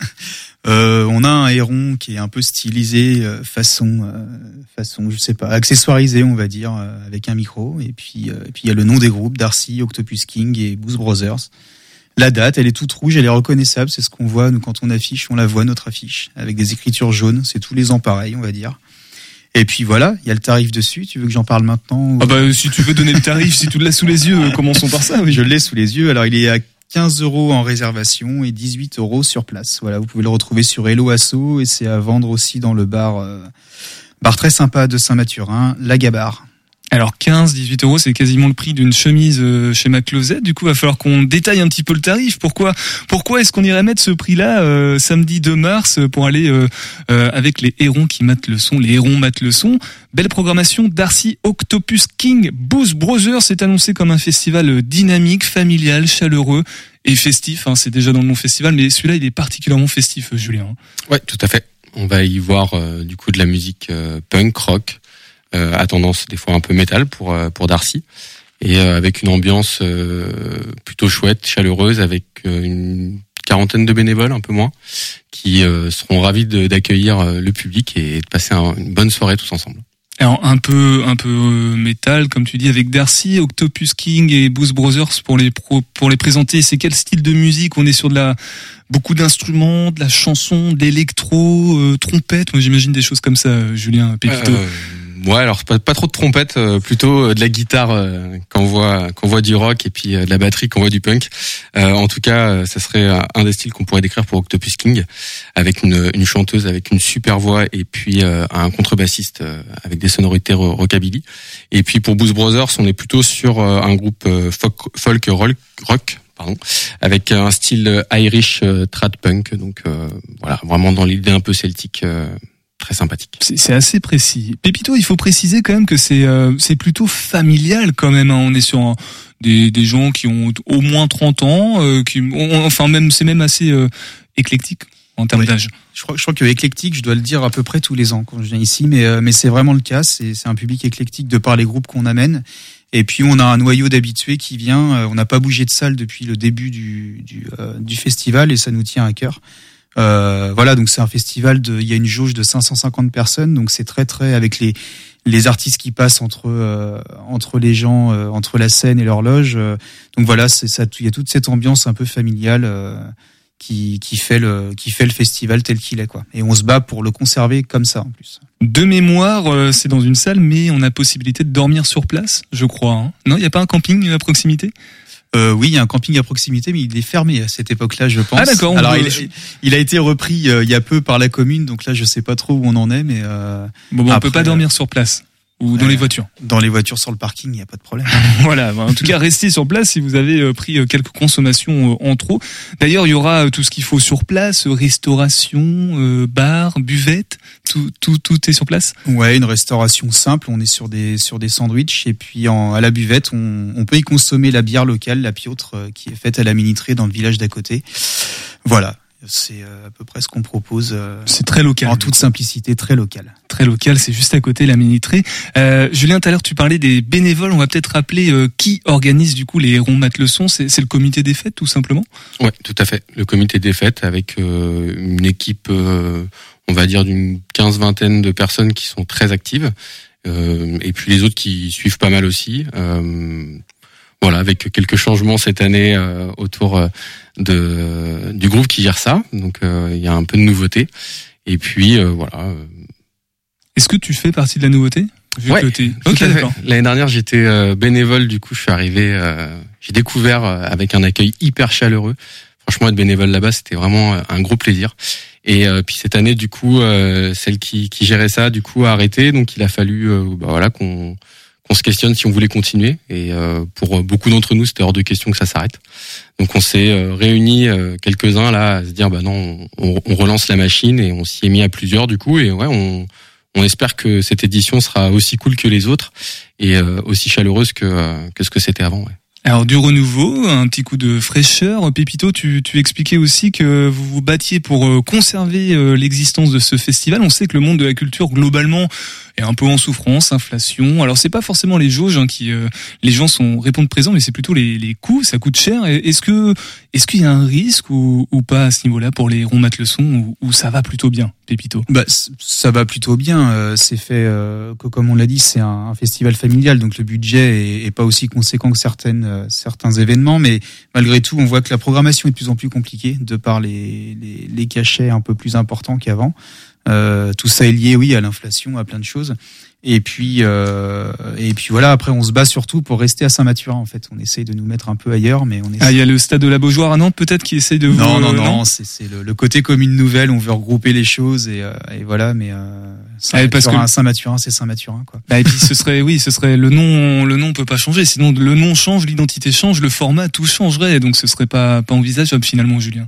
[SPEAKER 13] Euh, on a un héron qui est un peu stylisé euh, façon, euh, façon, je sais pas, accessoirisé, on va dire, euh, avec un micro. Et puis, euh, et puis il y a le nom des groupes, Darcy, Octopus King et Blues Brothers. La date, elle est toute rouge, elle est reconnaissable. C'est ce qu'on voit, nous, quand on affiche, on la voit, notre affiche, avec des écritures jaunes. C'est tous les ans pareil, on va dire. Et puis voilà, il y a le tarif dessus. Tu veux que j'en parle maintenant ou...
[SPEAKER 5] Ah bah, si tu veux donner le tarif, si tu l'as sous les yeux, commençons par ça. Oui.
[SPEAKER 13] Je l'ai sous les yeux. Alors, il est à quinze euros en réservation et dix-huit euros sur place. Voilà, vous pouvez le retrouver sur Hello Asso et c'est à vendre aussi dans le bar, euh, bar très sympa de Saint-Mathurin, la Gabarre.
[SPEAKER 5] Alors quinze, dix-huit euros, c'est quasiment le prix d'une chemise chez Maclosette. Du coup, il va falloir qu'on détaille un petit peu le tarif. Pourquoi, pourquoi est-ce qu'on irait mettre ce prix-là euh, samedi deux mars pour aller euh, euh, avec les hérons qui matent le son, les hérons matent le son. Belle programmation, Darcy, Octopus King, Blues Brothers. C'est annoncé comme un festival dynamique, familial, chaleureux et festif. Hein, c'est déjà dans le nom festival, mais celui-là, il est particulièrement festif, Julien.
[SPEAKER 11] Ouais, tout à fait. On va y voir euh, du coup de la musique euh, punk, rock. Euh, à tendance des fois un peu métal pour euh, pour Darcy et euh, avec une ambiance euh, plutôt chouette, chaleureuse, avec euh, une quarantaine de bénévoles, un peu moins, qui euh, seront ravis de, d'accueillir euh, le public et de passer un, une bonne soirée tous ensemble.
[SPEAKER 5] Alors un peu un peu métal comme tu dis avec Darcy, Octopus King et Blues Brothers pour les pro, pour les présenter. C'est quel style de musique? On est sur de la beaucoup d'instruments, de la chanson, de l'électro, euh, trompette. Moi j'imagine des choses comme ça, Julien Pépito. Euh...
[SPEAKER 11] Ouais, alors pas, pas trop de trompette, euh, plutôt euh, de la guitare euh, quand on voit quand on voit du rock et puis euh, de la batterie quand on voit du punk. Euh, en tout cas, euh, ça serait un des styles qu'on pourrait décrire pour Octopus King, avec une, une chanteuse avec une super voix et puis euh, un contrebassiste euh, avec des sonorités rockabilly. Et puis pour Blues Brothers, on est plutôt sur euh, un groupe euh, folk, folk rock, rock pardon, avec un style Irish euh, trad punk. Donc euh, voilà, vraiment dans l'idée un peu celtique. Euh, Très sympathique.
[SPEAKER 5] C'est, c'est assez précis. Pépito, il faut préciser quand même que c'est euh, c'est plutôt familial quand même. Hein. On est sur un, des des gens qui ont au moins trente ans, euh, qui ont, enfin même c'est même assez euh, éclectique en termes oui. d'âge.
[SPEAKER 13] Je crois, je crois que éclectique, je dois le dire à peu près tous les ans quand je viens ici, mais euh, mais c'est vraiment le cas. C'est c'est un public éclectique de par les groupes qu'on amène. Et puis on a un noyau d'habitués qui vient. Euh, on n'a pas bougé de salle depuis le début du du, euh, du festival et ça nous tient à cœur. Euh, voilà, donc c'est un festival de, il y a une jauge de cinq cent cinquante personnes, donc c'est très très avec les les artistes qui passent entre euh, entre les gens, euh, entre la scène et l'horloge. Euh, donc voilà, c'est ça, il y a toute cette ambiance un peu familiale euh, qui qui fait le qui fait le festival tel qu'il est quoi. Et on se bat pour le conserver comme ça en plus.
[SPEAKER 5] De mémoire, euh, c'est dans une salle, mais on a possibilité de dormir sur place, je crois. Hein. Non, il n'y a pas un camping à proximité?
[SPEAKER 13] Euh, oui, il y a un camping à proximité, mais il est fermé à cette époque-là, je pense.
[SPEAKER 5] Ah d'accord.
[SPEAKER 13] Alors,
[SPEAKER 5] peut...
[SPEAKER 13] il, il a été repris euh, il y a peu par la commune, donc là, je sais pas trop où on en est, mais euh,
[SPEAKER 5] bon, bon après, on peut pas dormir sur place ou dans euh, les voitures.
[SPEAKER 13] Dans les voitures sur le parking, il y a pas de problème.
[SPEAKER 5] Voilà. En tout cas, restez sur place si vous avez pris quelques consommations en trop. D'ailleurs, il y aura tout ce qu'il faut sur place, restauration, euh, bar, buvette, tout, tout, tout est sur place.
[SPEAKER 13] Ouais, une restauration simple. On est sur des sur des sandwichs et puis en, à la buvette, on, on peut y consommer la bière locale, la Piautre, qui est faite à la Minitrée dans le village d'à côté. Voilà. C'est à peu près ce qu'on propose.
[SPEAKER 5] C'est très local.
[SPEAKER 13] En toute simplicité, très local.
[SPEAKER 5] Très local, c'est juste à côté la Minitrée. Euh, Julien, tout à l'heure, tu parlais des bénévoles. On va peut-être rappeler euh, qui organise du coup les Hérons Mat-le-Son. C'est, c'est le comité des fêtes, tout simplement.
[SPEAKER 11] Ouais, tout à fait. Le comité des fêtes avec euh, une équipe, euh, on va dire d'une quinze vingtaine de personnes qui sont très actives, euh, et puis les autres qui suivent pas mal aussi. Euh, Voilà, avec quelques changements cette année euh, autour euh, de du groupe qui gère ça. Donc euh, il y a un peu de nouveauté. Et puis euh, voilà.
[SPEAKER 5] Est-ce que tu fais partie de la nouveauté? Vu
[SPEAKER 11] ouais.
[SPEAKER 5] que t'es... Ok, d'accord.
[SPEAKER 11] L'année dernière, j'étais euh, bénévole. Du coup, je suis arrivé. Euh, j'ai découvert euh, avec un accueil hyper chaleureux. Franchement, être bénévole là-bas, c'était vraiment un gros plaisir. Et euh, puis cette année, du coup, euh, celle qui, qui gérait ça, du coup, a arrêté. Donc il a fallu, euh, bah, voilà, qu'on qu'on se questionne si on voulait continuer. Et euh, pour beaucoup d'entre nous, c'était hors de question que ça s'arrête. Donc on s'est euh, réunis euh, quelques-uns là à se dire bah non, on, on relance la machine et on s'y est mis à plusieurs du coup. Et ouais, on, on espère que cette édition sera aussi cool que les autres et euh, aussi chaleureuse que euh, que ce que c'était avant. Ouais.
[SPEAKER 5] Alors du renouveau, un petit coup de fraîcheur. Pépito, tu, tu expliquais aussi que vous vous battiez pour euh, conserver euh, l'existence de ce festival. On sait que le monde de la culture globalement est un peu en souffrance, inflation. Alors c'est pas forcément les jauges hein, qui euh, les gens sont répondent présents, mais c'est plutôt les, les coûts. Ça coûte cher. Est-ce que est-ce qu'il y a un risque ou, ou pas à ce niveau-là pour les Hérons Mat-le-Son ou, ou ça va plutôt bien, Pépito?
[SPEAKER 13] Bah ça va plutôt bien. Euh, c'est fait euh, que comme on l'a dit, c'est un, un festival familial, donc le budget est, est pas aussi conséquent que certaines euh, certains événements, mais malgré tout, on voit que la programmation est de plus en plus compliquée de par les les, les cachets un peu plus importants qu'avant. Euh, tout ça est lié, oui, à l'inflation, à plein de choses. Et puis, euh, et puis voilà. Après, on se bat surtout pour rester à Saint-Mathurin. En fait, on essaye de nous mettre un peu ailleurs, mais on essaie...
[SPEAKER 5] Ah, il y a le stade de la Beaujoire à Nantes, peut-être, qui essaye de vous.
[SPEAKER 13] Non, non, non. non c'est, c'est le, le côté commune nouvelle. On veut regrouper les choses et, euh, et voilà. Mais euh, Saint-Mathurin, parce que... Saint-Mathurin, c'est Saint-Mathurin, quoi.
[SPEAKER 5] Bah, et puis ce serait, oui, ce serait le nom. Le nom peut pas changer. Sinon, le nom change, l'identité change, le format, tout changerait. Donc, ce serait pas pas envisageable finalement, Julien.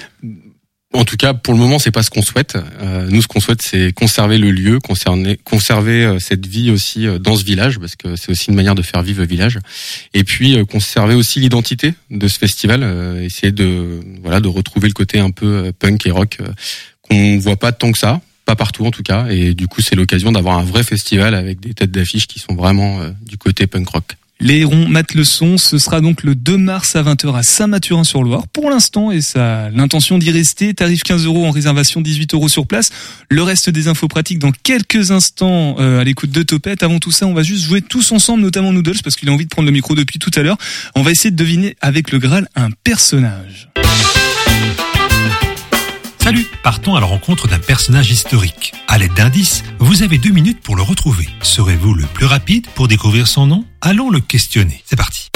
[SPEAKER 11] En tout cas, pour le moment, c'est pas ce qu'on souhaite. Euh, nous, ce qu'on souhaite, c'est conserver le lieu, conserver, conserver euh, cette vie aussi euh, dans ce village, parce que c'est aussi une manière de faire vivre le village. Et puis euh, conserver aussi l'identité de ce festival, euh, essayer de voilà de retrouver le côté un peu euh, punk et rock euh, qu'on voit pas tant que ça, pas partout en tout cas. Et du coup, c'est l'occasion d'avoir un vrai festival avec des têtes d'affiche qui sont vraiment euh, du côté punk rock.
[SPEAKER 5] Les Hérons Mat-le-Son, ce sera donc le deux mars à vingt heures à Saint-Mathurin-sur-Loire. Pour l'instant, et ça a l'intention d'y rester, tarif quinze euros en réservation, dix-huit euros sur place. Le reste des infos pratiques dans quelques instants euh, à l'écoute de Topette. Avant tout ça, on va juste jouer tous ensemble, notamment Noodles, parce qu'il a envie de prendre le micro depuis tout à l'heure. On va essayer de deviner avec le Graal un personnage.
[SPEAKER 14] Salut, partons à la rencontre d'un personnage historique. À l'aide d'indices, vous avez deux minutes pour le retrouver. Serez-vous le plus rapide pour découvrir son nom ? Allons le questionner. C'est parti.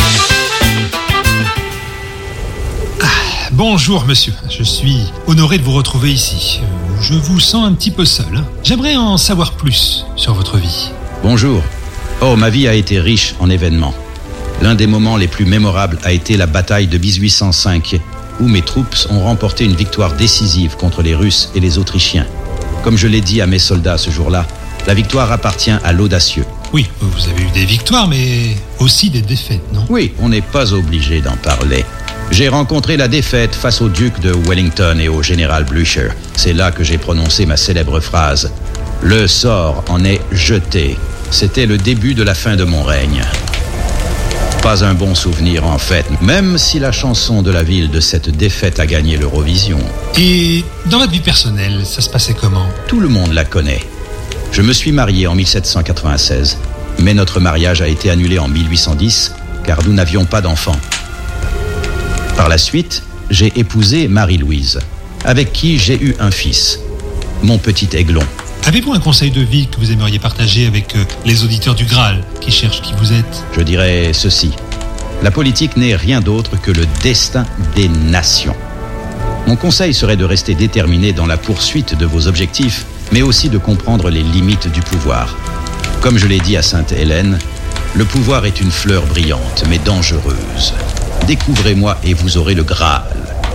[SPEAKER 14] Ah, bonjour monsieur, je suis honoré de vous retrouver ici. Je vous sens un petit peu seul. Hein. J'aimerais en savoir plus sur votre vie.
[SPEAKER 15] Bonjour. Oh, ma vie a été riche en événements. L'un des moments les plus mémorables a été la bataille de dix-huit cent cinq, où mes troupes ont remporté une victoire décisive contre les Russes et les Autrichiens. Comme je l'ai dit à mes soldats ce jour-là, la victoire appartient à l'audacieux.
[SPEAKER 14] Oui, vous avez eu des victoires, mais aussi des défaites, non ?
[SPEAKER 15] Oui, on n'est pas obligé d'en parler. J'ai rencontré la défaite face au duc de Wellington et au général Blücher. C'est là que j'ai prononcé ma célèbre phrase. Le sort en est jeté. C'était le début de la fin de mon règne. Pas un bon souvenir en fait, même si la chanson de la ville de cette défaite a gagné l'Eurovision.
[SPEAKER 14] Et dans votre vie personnelle, ça se passait comment ?
[SPEAKER 15] Tout le monde la connaît. Je me suis marié en dix-sept cent quatre-vingt-seize, mais notre mariage a été annulé en mille huit cent dix, car nous n'avions pas d'enfants. Par la suite, j'ai épousé Marie-Louise, avec qui j'ai eu un fils, mon petit Aiglon.
[SPEAKER 14] Avez-vous un conseil de vie que vous aimeriez partager avec les auditeurs du Graal qui cherchent qui vous êtes ?
[SPEAKER 15] Je dirais ceci. La politique n'est rien d'autre que le destin des nations. Mon conseil serait de rester déterminé dans la poursuite de vos objectifs, mais aussi de comprendre les limites du pouvoir. Comme je l'ai dit à Sainte-Hélène, le pouvoir est une fleur brillante, mais dangereuse. Découvrez-moi et vous aurez le Graal.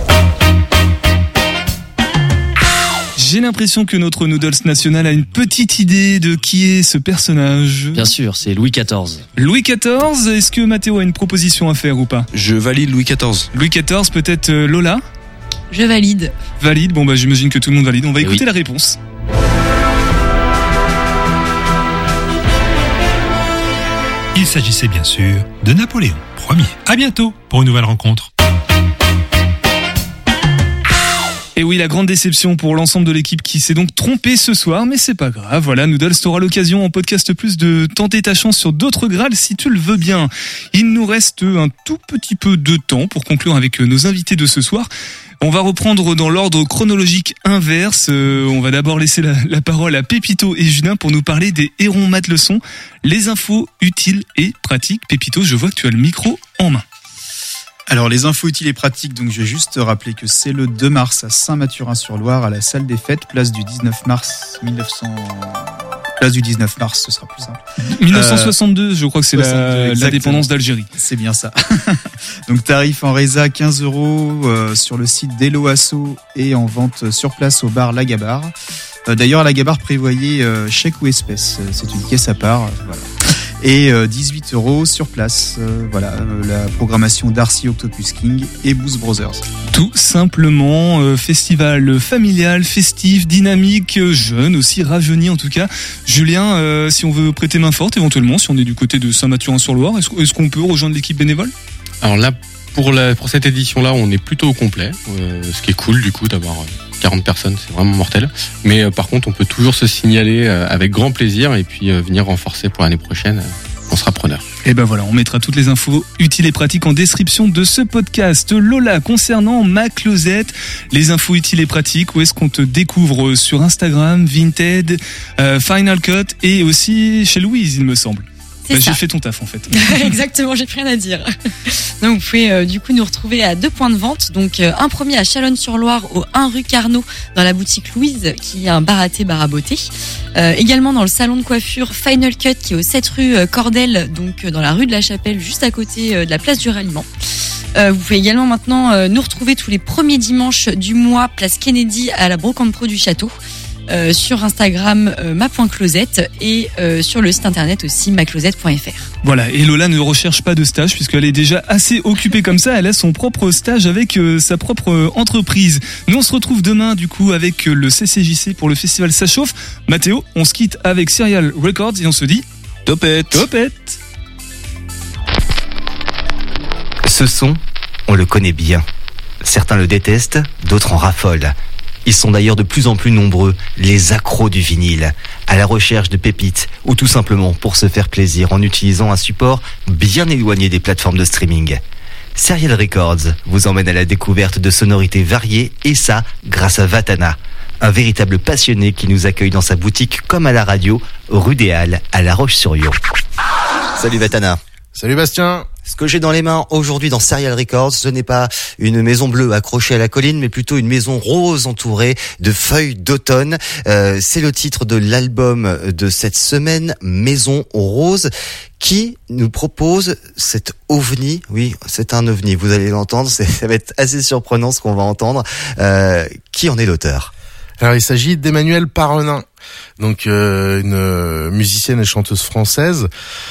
[SPEAKER 5] J'ai l'impression que notre Noodles National a une petite idée de qui est ce personnage.
[SPEAKER 4] Bien sûr, c'est Louis quatorze.
[SPEAKER 5] Louis quatorze, est-ce que Mathéo a une proposition à faire ou pas ?
[SPEAKER 6] Je valide Louis quatorze.
[SPEAKER 5] Louis quatorze, peut-être euh, Lola ?
[SPEAKER 9] Je valide.
[SPEAKER 5] Valide, bon bah j'imagine que tout le monde valide. On va
[SPEAKER 4] Et
[SPEAKER 5] écouter
[SPEAKER 4] oui.
[SPEAKER 5] la réponse.
[SPEAKER 14] Il s'agissait bien sûr de Napoléon Ier. À bientôt pour une nouvelle rencontre.
[SPEAKER 5] Et oui, la grande déception pour l'ensemble de l'équipe qui s'est donc trompée ce soir, mais c'est pas grave. Voilà, Noodles, t'auras l'occasion en podcast plus de tenter ta chance sur d'autres Graals si tu le veux bien. Il nous reste un tout petit peu de temps pour conclure avec nos invités de ce soir. On va reprendre dans l'ordre chronologique inverse. Euh, on va d'abord laisser la, la parole à Pépito et Julien pour nous parler des hérons mat leçon, les infos utiles et pratiques. Pépito, je vois que tu as le micro en main.
[SPEAKER 13] Alors les infos utiles et pratiques, donc je vais juste te rappeler que c'est le deux mars à Saint-Mathurin-sur-Loire à la salle des fêtes, place du dix-neuf mars mille neuf cents... Place du dix-neuf mars, ce sera plus simple.
[SPEAKER 5] dix-neuf cent soixante-deux, euh, je crois que c'est la, l'indépendance d'Algérie.
[SPEAKER 13] C'est bien ça. Donc tarif en résa quinze euros euh, sur le site d'Elo Asso et en vente sur place au bar La Gabarre. Euh, d'ailleurs, La Gabarre prévoyait euh, chèque ou espèce. C'est une caisse à part. Euh, voilà. Et euh, dix-huit euros sur place. Euh, voilà, euh, la programmation Darcy Octopus King et Blues Brothers.
[SPEAKER 5] Tout simplement, euh, festival familial, festif, dynamique, euh, jeune aussi, rajeuni en tout cas. Julien, euh, si on veut prêter main forte éventuellement, si on est du côté de Saint-Mathurin-sur-Loire, est-ce, est-ce qu'on peut rejoindre l'équipe bénévole ?
[SPEAKER 11] Alors là, pour, la, pour cette édition-là, on est plutôt au complet, euh, ce qui est cool du coup d'avoir quarante personnes, c'est vraiment mortel. Mais euh, par contre, on peut toujours se signaler euh, avec grand plaisir et puis euh, venir renforcer pour l'année prochaine. Euh, on sera preneur.
[SPEAKER 5] Et ben voilà, on mettra toutes les infos utiles et pratiques en description de ce podcast. Lola, concernant Ma Closette, les infos utiles et pratiques, où est-ce qu'on te découvre sur Instagram, Vinted, euh, Final Cut et aussi chez Louise, il me semble. Bah, j'ai fait ton taf en fait.
[SPEAKER 9] Exactement, j'ai plus rien à dire. Donc vous pouvez euh, du coup nous retrouver à deux points de vente. Donc euh, un premier à Chalonnes-sur-Loire au un rue Carnot dans la boutique Louise qui est un bar à thé, bar à beauté. Euh, également dans le salon de coiffure Final Cut qui est au sept rue Cordel, donc euh, dans la rue de la Chapelle, juste à côté euh, de la place du Ralliement. Euh, vous pouvez également maintenant euh, nous retrouver tous les premiers dimanches du mois place Kennedy à la Brocante Pro du Château. Euh, sur Instagram euh, ma.closette et euh, sur le site internet aussi maclosette point f r.
[SPEAKER 5] Voilà, et Lola ne recherche pas de stage puisqu'elle est déjà assez occupée comme ça, elle a son propre stage avec euh, sa propre euh, entreprise. Nous on se retrouve demain du coup avec euh, le C C J C pour le festival Ça Chauffe. Mathéo, on se quitte avec Serial Records et on se dit
[SPEAKER 6] Topette.
[SPEAKER 5] Topette.
[SPEAKER 16] Ce son, on le connaît bien. Certains le détestent, d'autres en raffolent. Ils sont d'ailleurs de plus en plus nombreux, les accros du vinyle, à la recherche de pépites ou tout simplement pour se faire plaisir en utilisant un support bien éloigné des plateformes de streaming. Serial Records vous emmène à la découverte de sonorités variées et ça grâce à Vatana, un véritable passionné qui nous accueille dans sa boutique comme à la radio, rue des Halles à La Roche-sur-Yon. Salut Vatana.
[SPEAKER 17] Salut Bastien.
[SPEAKER 16] Ce que j'ai dans les mains aujourd'hui dans Serial Records, ce n'est pas une maison bleue accrochée à la colline, mais plutôt une maison rose entourée de feuilles d'automne. Euh, c'est le titre de l'album de cette semaine, Maison Rose, qui nous propose cet ovni. Oui, c'est un ovni, vous allez l'entendre, c'est, ça va être assez surprenant ce qu'on va entendre. Euh, qui en est l'auteur ?
[SPEAKER 17] Alors il s'agit d'Emmanuelle Parenin, donc euh, une euh, musicienne et chanteuse française.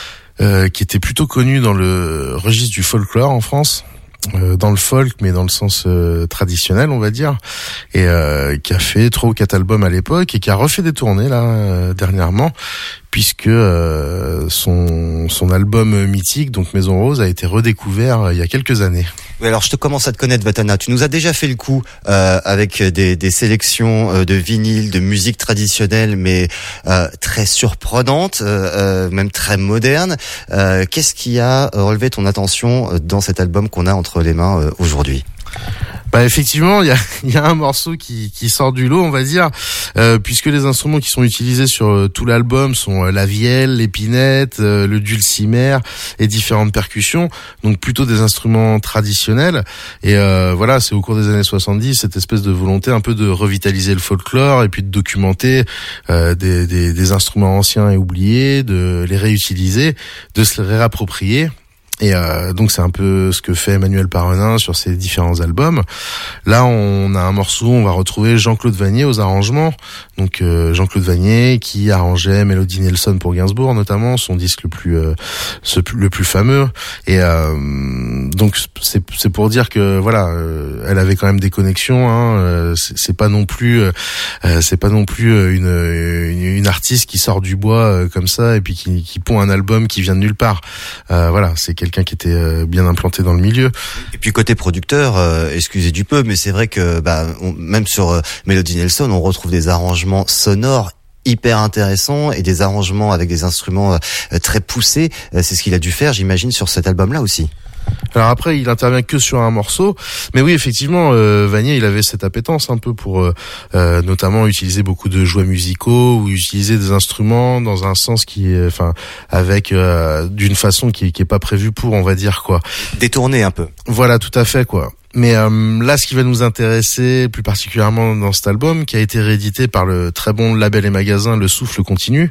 [SPEAKER 17] Euh, qui était plutôt connu dans le registre du folklore en France, euh, dans le folk mais dans le sens euh, traditionnel on va dire, et euh, qui a fait trois ou quatre albums à l'époque et qui a refait des tournées là euh, dernièrement, puisque euh, son son album mythique donc Maison Rose a été redécouvert euh, il y a quelques années.
[SPEAKER 16] Oui, alors je te commence à te connaître Vatana, tu nous as déjà fait le coup euh, avec des, des sélections euh, de vinyles, de musique traditionnelle mais euh, très surprenantes, euh, euh, même très modernes. Euh, qu'est-ce qui a relevé ton attention dans cet album qu'on a entre les mains euh, aujourd'hui ?
[SPEAKER 17] Bah effectivement, il y a, y a un morceau qui, qui sort du lot, on va dire, euh, puisque les instruments qui sont utilisés sur euh, tout l'album sont euh, la vielle, l'épinette, euh, le dulcimer et différentes percussions, donc plutôt des instruments traditionnels. Et euh, voilà, c'est au cours des années soixante-dix cette espèce de volonté un peu de revitaliser le folklore et puis de documenter euh, des, des, des instruments anciens et oubliés, de les réutiliser, de se les réapproprier. Et euh, donc c'est un peu ce que fait Emmanuelle Parenin sur ses différents albums. Là, on a un morceau, on va retrouver Jean-Claude Vannier aux arrangements. Donc euh, Jean-Claude Vannier qui arrangeait Melody Nelson pour Gainsbourg notamment, son disque le plus euh, ce, le plus fameux. Et euh, donc c'est c'est pour dire que voilà, euh, elle avait quand même des connexions. Hein, euh, c'est, c'est pas non plus euh, c'est pas non plus une, une une artiste qui sort du bois euh, comme ça et puis qui qui pond un album qui vient de nulle part. Euh, voilà, c'est quelqu'un qui était bien implanté dans le milieu.
[SPEAKER 16] Et puis côté producteur, euh, excusez du peu, mais c'est vrai que bah, on, même sur euh, Melody Nelson, on retrouve des arrangements sonores hyper intéressants et des arrangements avec des instruments euh, très poussés. Euh, c'est ce qu'il a dû faire, j'imagine, sur cet album-là aussi.
[SPEAKER 17] Alors après, il intervient que sur un morceau, mais oui, effectivement, euh, Vannier, il avait cette appétence un peu pour, euh, euh, notamment utiliser beaucoup de jouets musicaux ou utiliser des instruments dans un sens qui est, enfin, avec euh, d'une façon qui, qui est pas prévue pour, on va dire quoi.
[SPEAKER 16] Détourner un peu.
[SPEAKER 17] Voilà, tout à fait quoi. Mais euh, là, ce qui va nous intéresser plus particulièrement dans cet album, qui a été réédité par le très bon label et magasin Le Souffle Continu,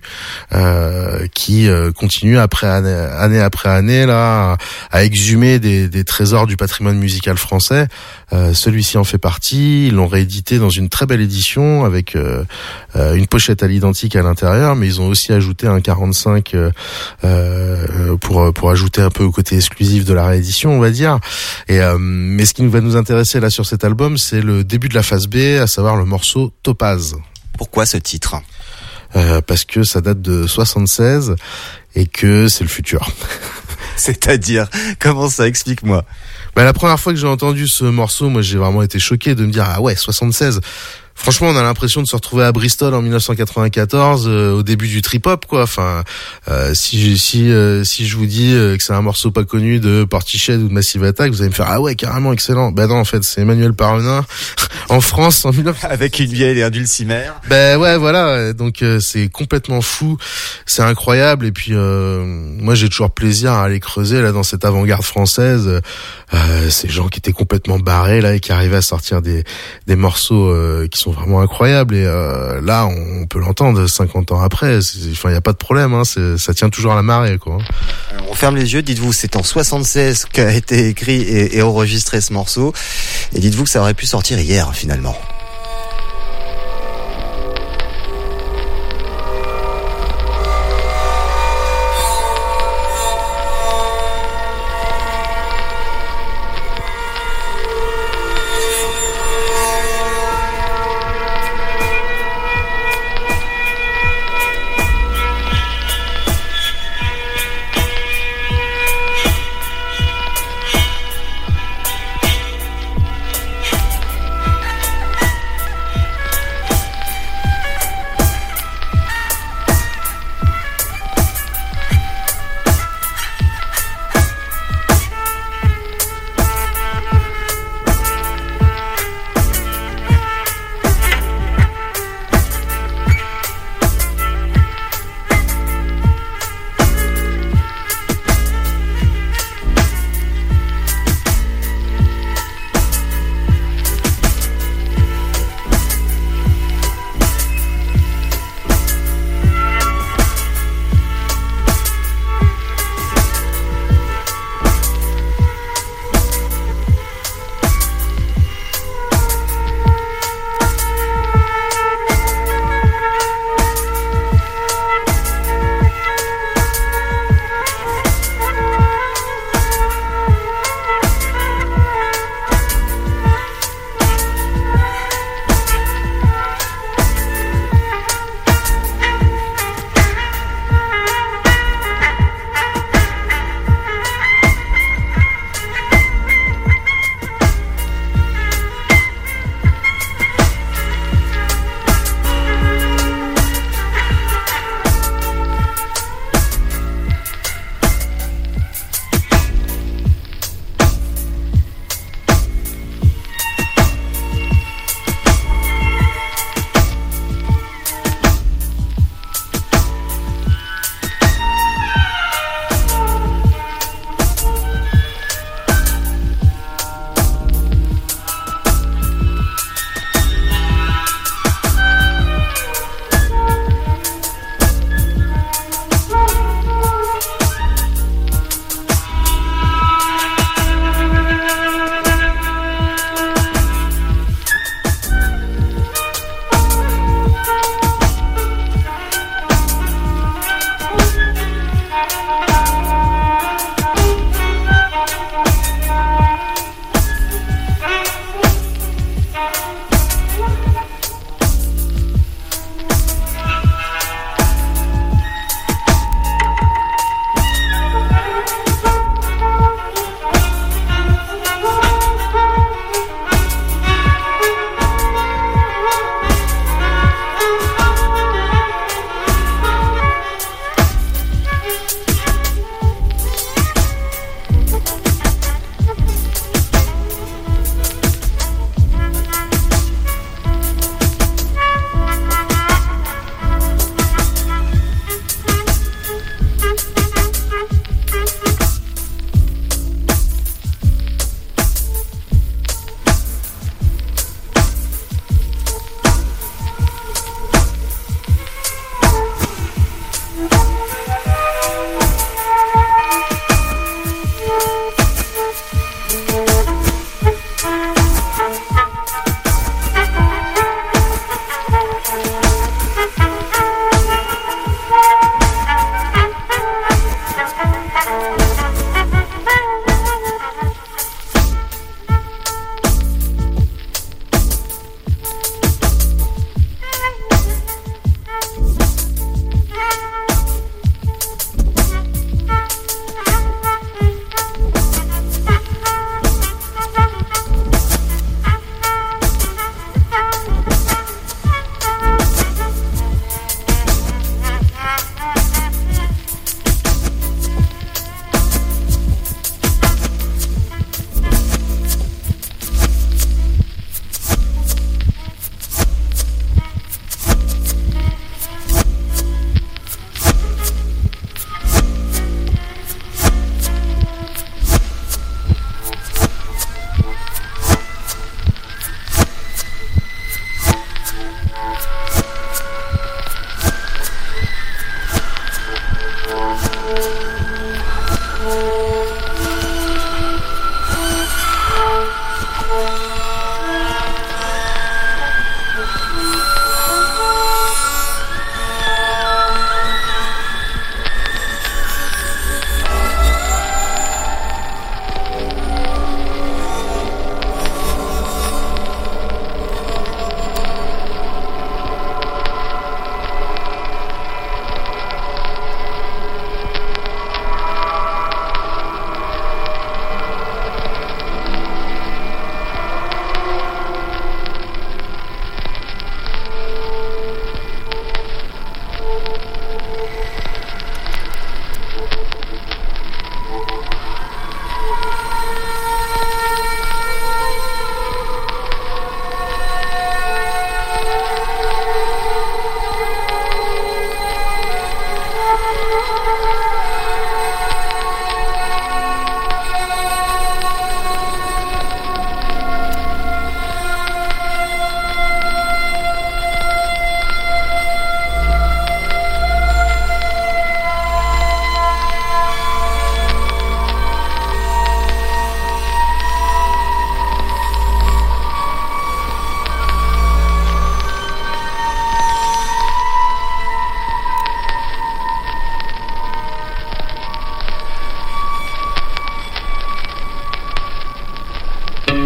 [SPEAKER 17] euh, qui euh, continue après année, année après année là à, à exhumer des, des trésors du patrimoine musical français. Euh, celui-ci en fait partie. Ils l'ont réédité dans une très belle édition avec euh, euh, une pochette à l'identique à l'intérieur, mais ils ont aussi ajouté un quarante-cinq euh, euh, pour pour ajouter un peu au côté exclusif de la réédition, on va dire. Et euh, mais ce qui va nous intéresser là sur cet album, c'est le début de la phase B, à savoir le morceau Topaz.
[SPEAKER 16] Pourquoi ce titre ?
[SPEAKER 17] euh, Parce que ça date de soixante-seize et que c'est le futur.
[SPEAKER 16] C'est-à-dire, comment ça, explique-moi.
[SPEAKER 17] Bah, la première fois que j'ai entendu ce morceau, moi j'ai vraiment été choqué de me dire ah ouais, soixante-seize. Franchement, on a l'impression de se retrouver à Bristol en dix-neuf cent quatre-vingt-quatorze, euh, au début du trip-hop, quoi. Enfin, euh, si si euh, si je vous dis euh, que c'est un morceau pas connu de Portiched ou de Massive Attack, vous allez me faire ah ouais, carrément excellent. Ben non, en fait, c'est Emmanuelle Parenin en France en dix-neuf
[SPEAKER 16] avec une vielle et un dulcimer.
[SPEAKER 17] Ben ouais, voilà. Donc euh, c'est complètement fou, c'est incroyable. Et puis euh, moi, j'ai toujours plaisir à aller creuser là dans cette avant-garde française. Euh, ces gens qui étaient complètement barrés là et qui arrivaient à sortir des des morceaux euh, qui sont vraiment incroyables. Et euh, là, on peut l'entendre cinquante ans après. Enfin, il y a pas de problème. Hein, c'est, ça tient toujours à la marée, quoi.
[SPEAKER 16] Alors, on ferme les yeux. Dites-vous, c'est en soixante-seize qu'a été écrit et, et enregistré ce morceau. Et dites-vous que ça aurait pu sortir hier, finalement.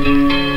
[SPEAKER 10] Thank you.